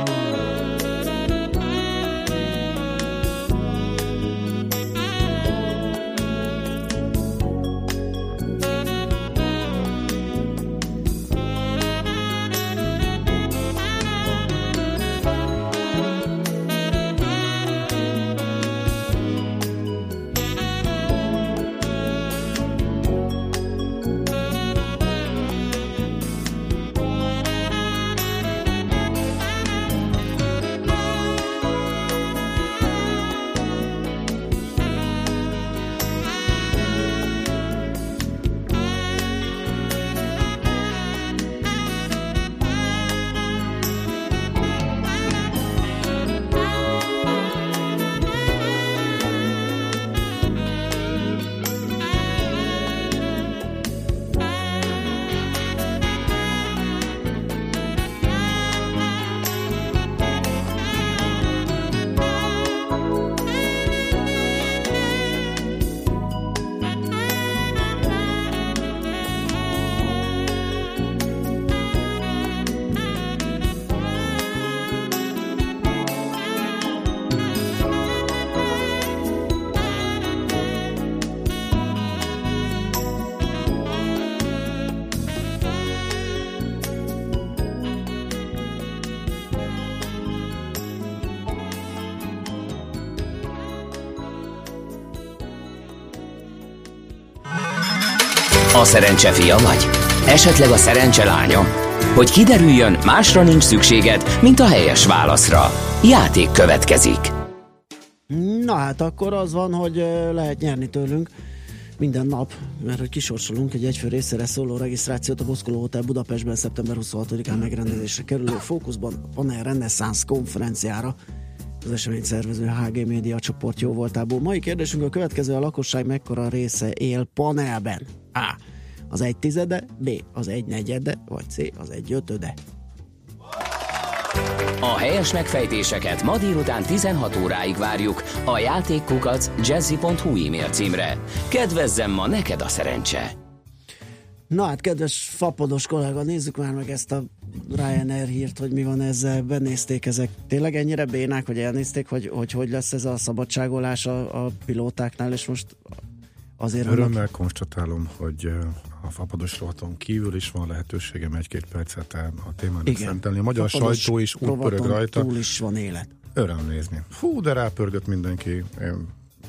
A szerencse fia vagy? Esetleg a szerencse lánya? Hogy kiderüljön, másra nincs szükséged, mint a helyes válaszra. Játék következik. Na hát akkor az van, hogy lehet nyerni tőlünk minden nap, mert hogy kisorsolunk egy egyfő részére szóló regisztrációt a Boszkoló Hotel Budapestben szeptember huszonhatodikán megrendezésre kerülő Fókuszban a Panel Renaissance konferenciára. Az esemény szervező há gé Média csoport jó voltából. Mai kérdésünk a következő: a lakosság mekkora része él panelben? A. Az egy tizede, B. az egy negyede, vagy C. az egy ötöde. A helyes megfejtéseket ma délután tizenhat óráig várjuk a játékkukac jazzy pont hu e-mail címre. Kedvezzem ma neked a szerencse! Na hát, kedves fapados kollega, nézzük már meg ezt a Ryanair hírt, hogy mi van ezzel. Benézték ezek tényleg ennyire bénák, hogy elnézték, hogy hogy, hogy lesz ez a szabadságolás a, a pilótáknál, és most azért... Örömmel vannak... konstatálom, hogy a fapados rovaton kívül is van lehetőségem egy-két percet a témának szentelni. A magyar fapados sajtó is úgy pörög rajta. Túl is van élet. Öröm nézni. Fú, de rápörgött mindenki. Én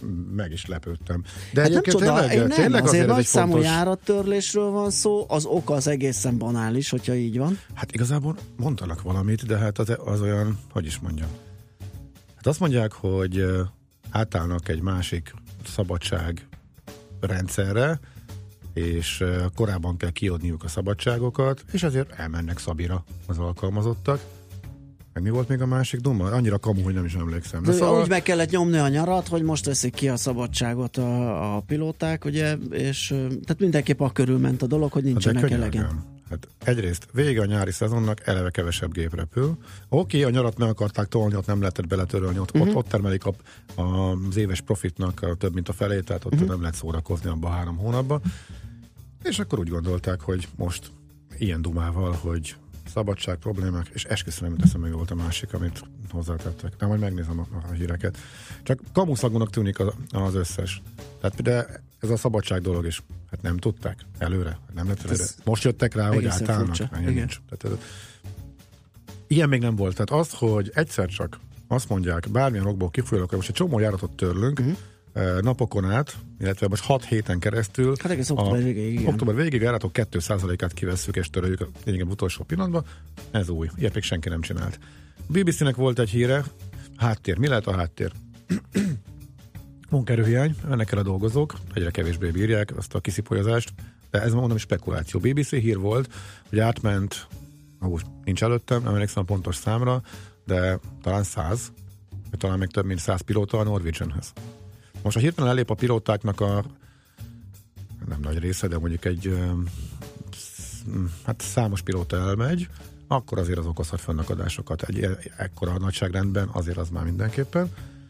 meg is lepődtem. De hát nem csoda, tényleg, én nem, tényleg azért nagy egy számú fontos... járattörlésről van szó, az oka az egészen banális, hogyha így van. Hát igazából mondanak valamit, de hát az, az olyan, hogy is mondjam. Hát azt mondják, hogy átállnak egy másik szabadság rendszerre, és korábban kell kiadniuk a szabadságokat, és azért elmennek Szabira az alkalmazottak. Meg mi volt még a másik duma? Annyira kamu, hogy nem is emlékszem. De szóval... Úgy meg kellett nyomni a nyarat, hogy most veszik ki a szabadságot a, a pilóták, ugye, és tehát mindenképp a körül ment a dolog, hogy nincsenek elegen. Hát egyrészt vége a nyári szezonnak, eleve kevesebb gép repül. Oké, okay, a nyarat meg akarták tolni, ott nem lehetett beletörölni, ott, uh-huh. ott, ott termelik a, a, az éves profitnak a, több mint a felét, tehát ott uh-huh. nem lehet szórakozni abban a három hónapban. És akkor úgy gondolták, hogy most ilyen dumával, hogy szabadság, problémák, és esküszöm, nem teszem, meg volt a másik, amit hozzátettek. De majd megnézem a, a híreket. Csak kamuszagúnak tűnik az, az összes. Tehát de ez a szabadság dolog is. Hát nem tudták előre. Nem lett előre. Most jöttek rá, hogy átállnak. Nincs. Tehát, ilyen még nem volt. Tehát az, hogy egyszer csak azt mondják, bármilyen okból kifolyólag, hogy most egy csomó járatot törlünk, uh-huh. napokon át, illetve most hat héten keresztül hát egész október végéig, október végéig járatok két százalékát kivesszük és töröljük a lényegében utolsó pillanatban. Ez új. Ilyet még senki nem csinált. A bé bé cé-nek volt egy híre, háttér. Mi lehet a háttér? Munkaerőhiány, ennek kell a dolgozók, egyre kevésbé bírják azt a kiszipolyozást, de ez mondom spekuláció. bé bé cé hír volt, hogy átment, ahhoz nincs előttem, nem emlékszem a pontos számra, de talán száz, vagy talán még több mint száz pilóta a Norwegianhez. Most, ha hirtelen elép a pilótáknak a nem nagy része, de mondjuk egy hát számos pilóta elmegy, akkor azért az okozhat fennakadásokat. Egy ekkora nagyságrendben azért az már mindenképpen.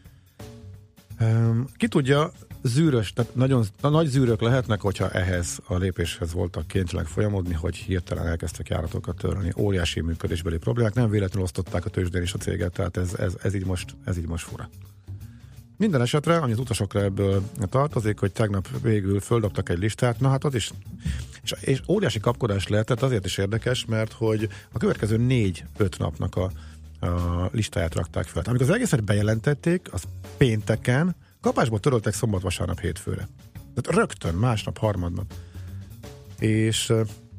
Ki tudja, zűrös, tehát nagyon nagy zűrök lehetnek, hogyha ehhez a lépéshez voltak kénytelenek folyamodni, hogy hirtelen elkezdtek járatokat törölni. Óriási működésbeli problémák, nem véletlenül osztották a tőzsdén is a céget, tehát ez, ez, ez, így most, ez így most fura. Minden esetre, annyi az utasokra ebből tartozik, hogy tegnap végül földobtak egy listát, na hát az is, és, és óriási kapkodás lehetett, azért is érdekes, mert hogy a következő négy-öt napnak a, a listáját rakták fel. Amikor az egészet bejelentették, az pénteken, kapásból töröltek szombat, vasárnap, hétfőre. Tehát rögtön, másnap, harmadnap. És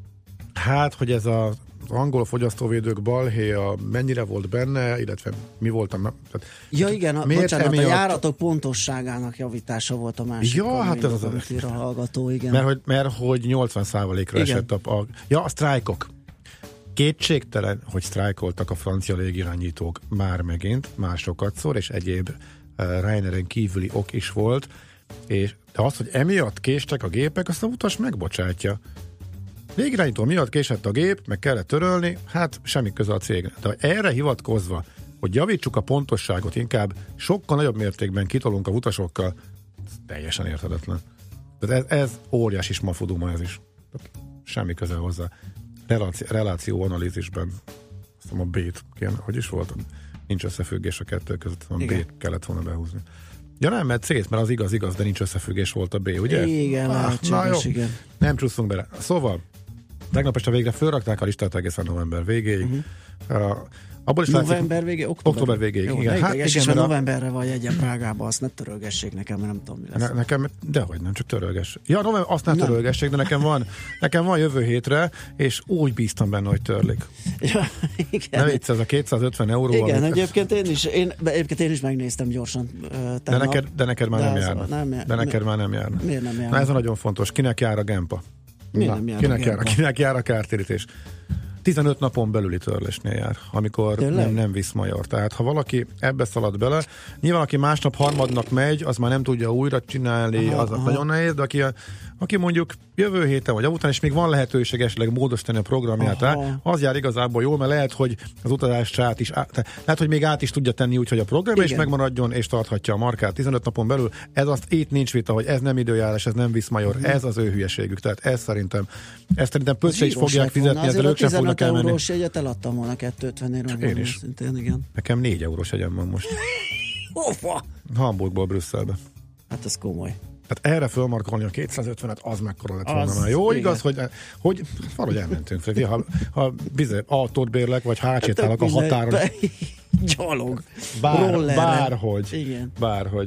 hát, hogy ez a az angol fogyasztóvédők balhéja mennyire volt benne, illetve mi volt a... Tehát, ja igen, a, bocsánat, emiatt... a járatok pontosságának javítása volt a másik. Ja, hát ez az a hallgató, igen. Mert hogy, mert hogy nyolcvan százalékra esett a, a... Ja, a sztrájkok. Kétségtelen, hogy sztrájkoltak a francia légirányítók már megint, másokatszor, és egyéb uh, Ryanairen kívüli ok is volt, és de az, hogy emiatt késtek a gépek, azt a utas megbocsátja. Légirányító miatt késett a gép, meg kellett törölni, hát semmi köze a cégnek. De erre hivatkozva, hogy javítsuk a pontosságot, inkább sokkal nagyobb mértékben kitolunk a utasokkal, ez teljesen érthetetlen. Tehát ez, ez óriási smafuduma ez is. Semmi köze hozzá. Reláci- relációanalízisben, azt mondom, a B-t kéne, hogy is volt? Nincs összefüggés a kettő között, a B-t kellett volna behúzni. Ja nem, mert C-t, mert az igaz, igaz, de nincs összefüggés volt a B, ugye? Igen, ah, lehetséges, igen. Nem csúszunk bele. Szóval, tegnap este végre fölrakták a listát egészen november végéig. Uh-huh. Uh, abból is november látszik, végéig? Október, október végéig, jó, igen. Hát, igen, mert novemberre vagy egyen Prágába, azt ne törölgessék nekem, mert nem tudom, mi lesz. Ne, nekem, dehogy nem, csak törölgess. Ja, november, azt ne törölgessék, de nekem van, nekem van jövő hétre, és úgy bíztam benne, hogy törlik. Ja, igen. Nem vicc, ez a kétszázötven euró. Igen, amit... egyébként én is, én, egyébként én is megnéztem gyorsan. Uh, de, neked, de neked már de nem járna. Nem jár, de neked mi, már nem járna. Miért nem járna? Na ez a nagyon fontos. Kinek jár a Gempa? Miért Na, nem jár kinek, a jár, kinek jár a kártérítés? tizenöt napon belüli törlésnél jár, amikor nem, nem visz major. Tehát ha valaki ebbe szalad bele, nyilván aki másnap harmadnak megy, az már nem tudja újra csinálni, aha, az aha. nagyon nehéz, de aki, a, aki mondjuk jövő héten vagy után, és még van lehetőség esetleg módosítani a programját, rá, az jár igazából jól, mert lehet, hogy az utazást át is, át, lehet, hogy még át is tudja tenni úgy, hogy a program is megmaradjon, és tarthatja a markát tizenöt napon belül. Ez azt itt nincs vita, hogy ez nem időjárás, ez nem visz major, mm. ez az ő hülyeségük. Tehát ez szerintem, ezt szerintem pöcce is fogják fizetni, ezzel ők sem fognak elmenni. Eurós jegyet eladtam volna kettőszázötvenért. Én is. Szintén, igen. Nekem négy eurós jegyem van most. Hova? Hamburgból Brüsszelbe. Hát ez komoly. Tehát erre fölmarkolni a kétszázötvenet, az mekkora lett volna már. Jó, igen. Igaz, hogy, hogy valahogy elmentünk. Ha, ha bizony autót bérlek, vagy hátsétálok a határon. Gyalog. Bár, bárhogy. Igen. Bárhogy.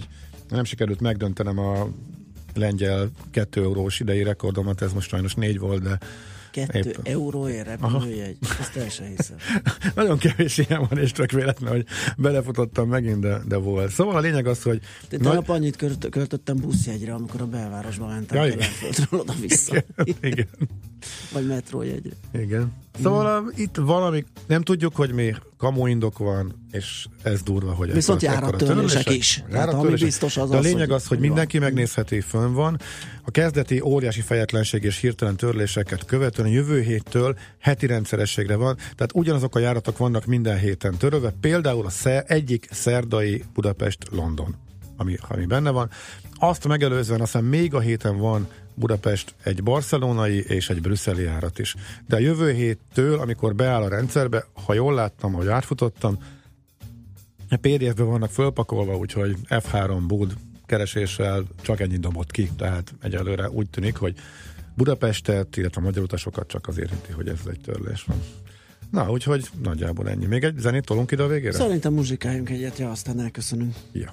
nem sikerült megdöntenem a lengyel kettő eurós idei rekordomat, ez most sajnos négy volt, de Kettő épp. euróért repülőjegy, ezt el sem hiszem. Nagyon kevés ilyen van, és csak véletlen, hogy belefutottam megint, de, de volt. Szóval a lényeg az, hogy... Te tegnap annyit költ, költöttem buszjegyre, amikor a belvárosba mentem ja, Kelenföldről oda-vissza. Igen, igen. Vagy metrójegyre. Igen. Szóval mm. itt valami, nem tudjuk, hogy mi kamuindok van, és ez durva, hogy... Viszont járattörlések is. Hát, ami biztos az de a lényeg az, az, hogy, hogy mindenki megnézheti, fönn van. A kezdeti óriási fejetlenség és hirtelen törléseket követően jövő héttől heti rendszerességre van, tehát ugyanazok a járatok vannak minden héten törölve, például a szer, egyik szerdai Budapest-London, ami, ami benne van. Azt megelőzően aztán még a héten van Budapest egy barcelonai és egy brüsszeli járat is. De a jövő héttől, amikor beáll a rendszerbe, ha jól láttam, hogy átfutottam, a pé dé ef-be vannak fölpakolva, úgyhogy ef három Bud kereséssel csak ennyit dobott ki, tehát egyelőre úgy tűnik, hogy Budapestet, illetve a magyar utasokat csak az érinti, hogy ez egy törlés van. Na, úgyhogy nagyjából ennyi. Még egy zenét tolunk ide a végére? Szerintem muzsikáljunk egyet, ja, aztán elköszönünk. Ja.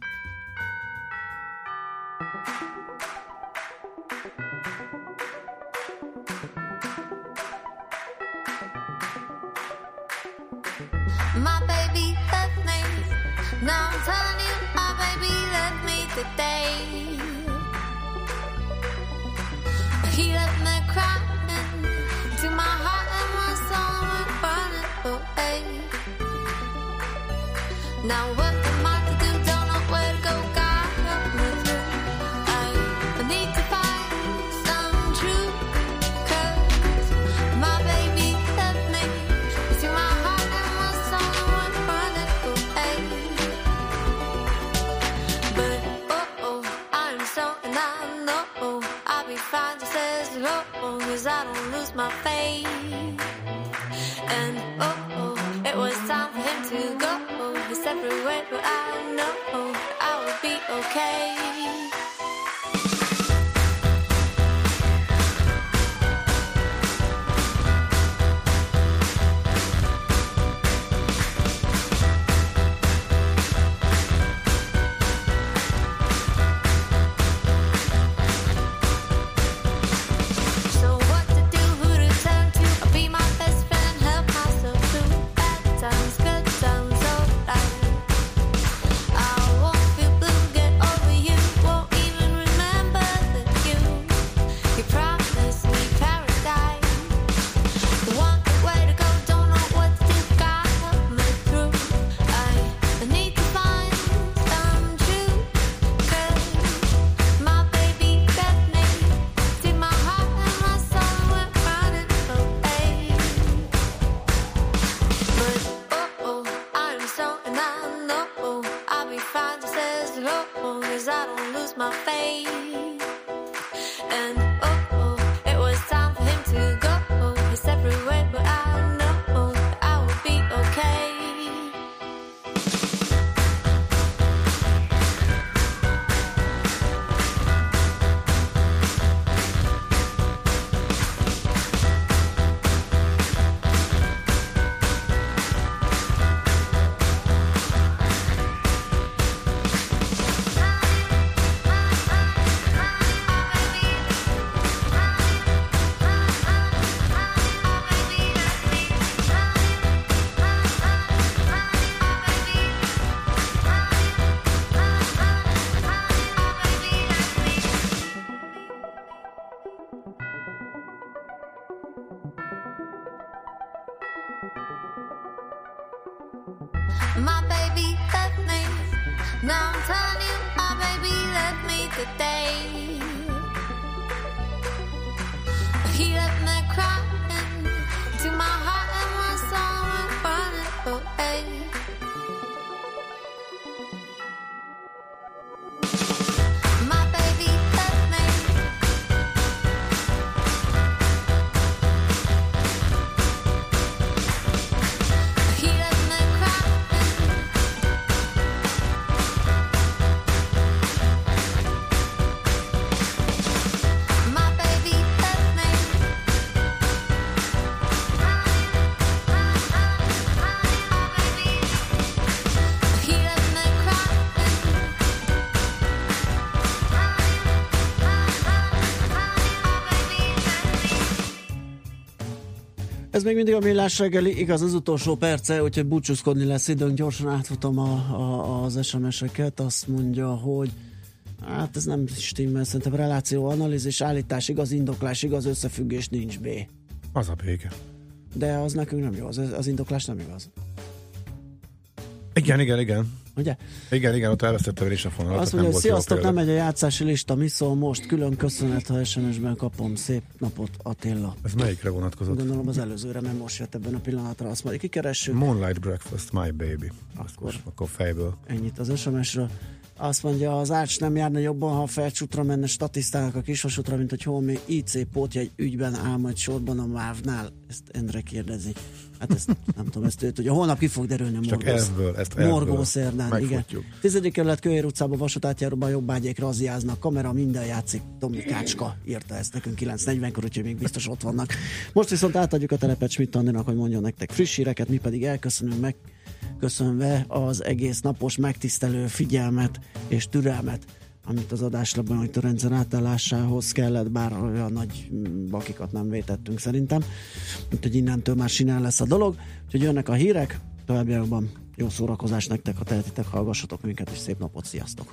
My baby left me. Now I'm telling you, my baby left me today. He left me crying to my heart and my soul went running away. Now what am I to do? Don't know where to go. God help me through. I, I need to find some truth. 'Cause my baby left me to my heart. Cause I don't lose my faith. And oh, oh, it was time for him to go. We separate ways, but I know I will be okay. My baby left me. Now I'm telling you, my baby left me today. He left me crying to my heart and my soul went running away. My baby left me. He left me crying. Ez még mindig a Millás reggeli, igaz, az utolsó perce, úgyhogy búcsúzkodni lesz időnk, gyorsan átfutom a, a, az es em es-eket, azt mondja, hogy hát ez nem stimmel, szerintem reláció, analízis, állítás, igaz, indoklás, igaz, összefüggés, nincs B. Az a vége. De az nekünk nem jó, az, az indoklás nem igaz. Igen, igen, igen. Ugye? Igen, igen, ott elvesztettem is a fonalat. Azt mondja, hogy sziasztok, nem megy a játszási lista, mi szól most? Külön köszönet, ha es em es-ben kapom. Szép napot, Attila. Ez melyikre vonatkozott? Gondolom az előzőre, mert most jött ebben a pillanatra. Azt majd kikeressük. Moonlight Breakfast, my baby. Akkor, akkor fejből. Ennyit az es em es-ről. Azt mondja, az Ács nem járna jobban, ha a Felcsútra menne statisztálnak a kisvasútra, mint hogy holmi í cé pótjegy ügyben áll majd sorban a MÁV-nál. Ezt Endre kérdezi. Hát ezt nem tudom, ezt ő tudja. Holnap ki fog derülni a Csak elvből, ezt elvből. Morgószerdán, igen. Tizedik kerület Kőér utcában vasút átjáróban jobbágyék razziáznak, kamera minden játszik. Tomi Kácska írta ezt nekünk kilenc negyvenkor, úgyhogy még biztos ott vannak. Most viszont átadjuk a telepet Schmidt Andinak, hogy mondjon nektek friss híreket, mi pedig elköszönünk meg. Köszönve az egész napos megtisztelő figyelmet és türelmet, amit az adáslapban, hogy a rendszer átállásához kellett, bár olyan nagy bakikat nem vétettünk szerintem. Úgyhogy innentől már sinál lesz a dolog. Úgyhogy jönnek a hírek, továbbiakban jó szórakozás nektek, ha tehetitek, hallgassatok minket, és szép napot, sziasztok!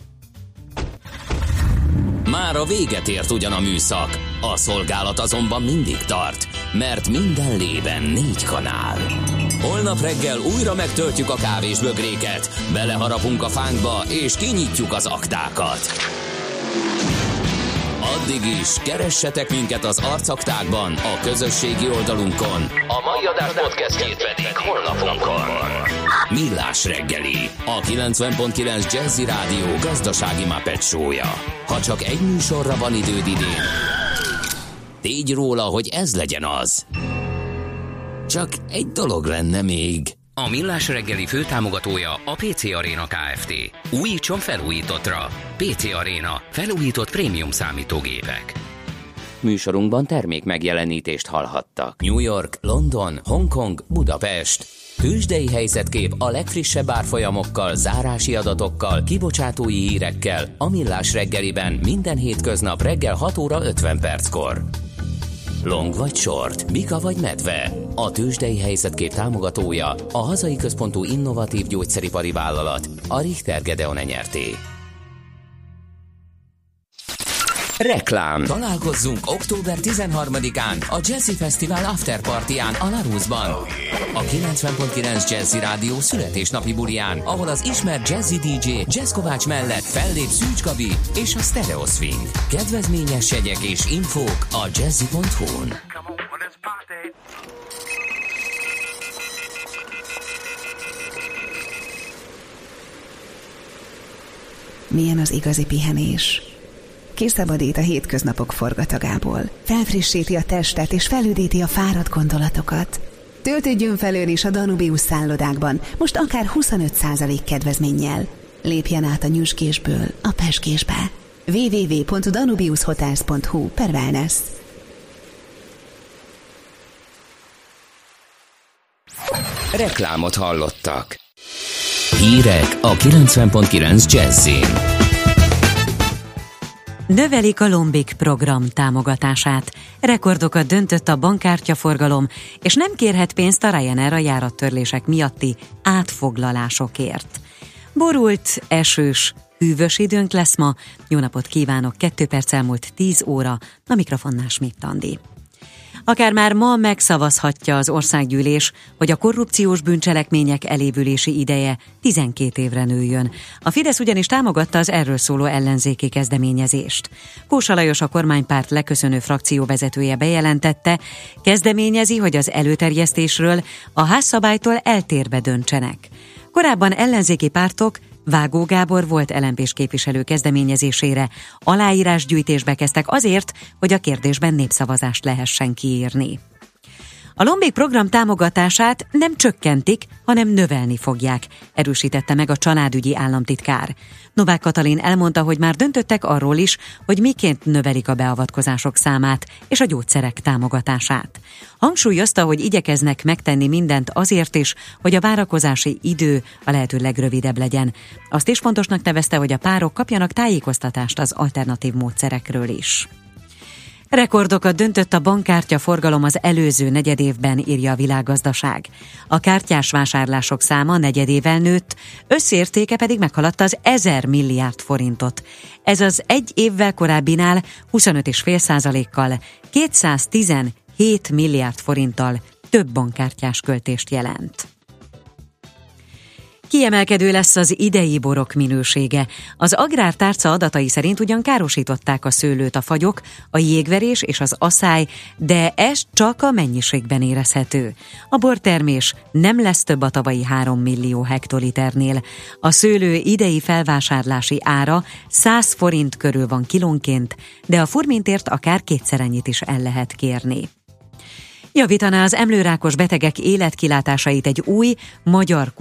Már a véget ért ugyan a műszak, a szolgálat azonban mindig tart, mert minden lében négy kanál. Holnap reggel újra megtöltjük a kávésbögréket, beleharapunk a fánkba és kinyitjuk az aktákat. Addig is keressetek minket az arcaktákban, a közösségi oldalunkon. A mai adás podcastjét pedig honlapunkon. Millás reggeli, a kilencven pont kilenc Jazzy Rádió gazdasági Muppet show-ja. Ha csak egy műsorra van időd idén, tégy róla, hogy ez legyen az. Csak egy dolog lenne még. A Millás reggeli főtámogatója a pé cé Arena Kft. Újítson felújítottra. pé cé Arena. Felújított prémium számítógépek. Műsorunkban termék megjelenítést hallhattak. New York, London, Hongkong, Budapest. Tőzsdei helyzetkép a legfrissebb árfolyamokkal, zárási adatokkal, kibocsátói hírekkel a Millás reggeliben minden hétköznap reggel hat óra ötven perckor. Long vagy short, bika vagy medve. A tőzsdei helyzetkép támogatója a hazai központú innovatív gyógyszeripari vállalat, a Richter Gedeon nyerté. Reklám. Találkozzunk október tizenharmadikán a Jazzy Fesztivál Afterpartyán a Larusban. A kilencven pont kilenc Jazzy Rádió születésnapi buliján, ahol az ismert jazzy dé dzsé Jazz Kovács mellett fellép Szűcs Gabi és a Stereo Swing. Kedvezményes jegyek és infók a jazzy pont hu-n. Milyen az igazi pihenés? Kiszabadít a hétköznapok forgatagából, felfrissíti a testet és felüdíti a fáradt gondolatokat. Töltődjön felől is a Danubius szállodákban, most akár huszonöt százalék kedvezménnyel. Lépjen át a nyüzsgésből a pezsgésbe. double-u double-u double-u pont danubius hotels pont hu per wellness. Reklámot hallottak. Hírek a kilencven pont kilenc Jazzin. Növelik a Lombik program támogatását. Rekordokat döntött a bankkártyaforgalom, és nem kérhet pénzt a Ryanair a járattörlések miatti átfoglalásokért. Borult, esős, hűvös időnk lesz ma. Jó napot kívánok, kettő perc elmúlt tíz óra, a mikrofonnál Schmidt Andi. Akár már ma megszavazhatja az országgyűlés, hogy a korrupciós bűncselekmények elévülési ideje tizenkét évre nőjön. A Fidesz ugyanis támogatta az erről szóló ellenzéki kezdeményezést. Kósa Lajos, a kormánypárt leköszönő frakcióvezetője bejelentette, kezdeményezi, hogy az előterjesztésről a házszabálytól eltérbe döntsenek. Korábban ellenzéki pártok Vágó Gábor volt el em pés képviselő kezdeményezésére aláírásgyűjtésbe kezdtek azért, hogy a kérdésben népszavazást lehessen kiírni. A Lombik program támogatását nem csökkentik, hanem növelni fogják, erősítette meg a családügyi államtitkár. Novák Katalin elmondta, hogy már döntöttek arról is, hogy miként növelik a beavatkozások számát és a gyógyszerek támogatását. Hangsúlyozta, hogy igyekeznek megtenni mindent azért is, hogy a várakozási idő a lehető legrövidebb legyen. Azt is fontosnak nevezte, hogy a párok kapjanak tájékoztatást az alternatív módszerekről is. Rekordokat döntött a bankkártya forgalom az előző negyedévben, írja a Világgazdaság. A kártyás vásárlások száma negyedével nőtt, összértéke pedig meghaladta az ezer milliárd forintot. Ez az egy évvel korábbinál huszonöt egész öt százalékkal, kétszáztizenhét milliárd forinttal több bankkártyás költést jelent. Kiemelkedő lesz az idei borok minősége. Az Agrártárca adatai szerint ugyan károsították a szőlőt a fagyok, a jégverés és az aszály, de ez csak a mennyiségben érezhető. A bortermés nem lesz több a tavalyi három millió hektoliternél. A szőlő idei felvásárlási ára száz forint körül van kilónként, de a furmintért akár kétszer ennyit is el lehet kérni. Javítaná az emlőrákos betegek életkilátásait egy új magyar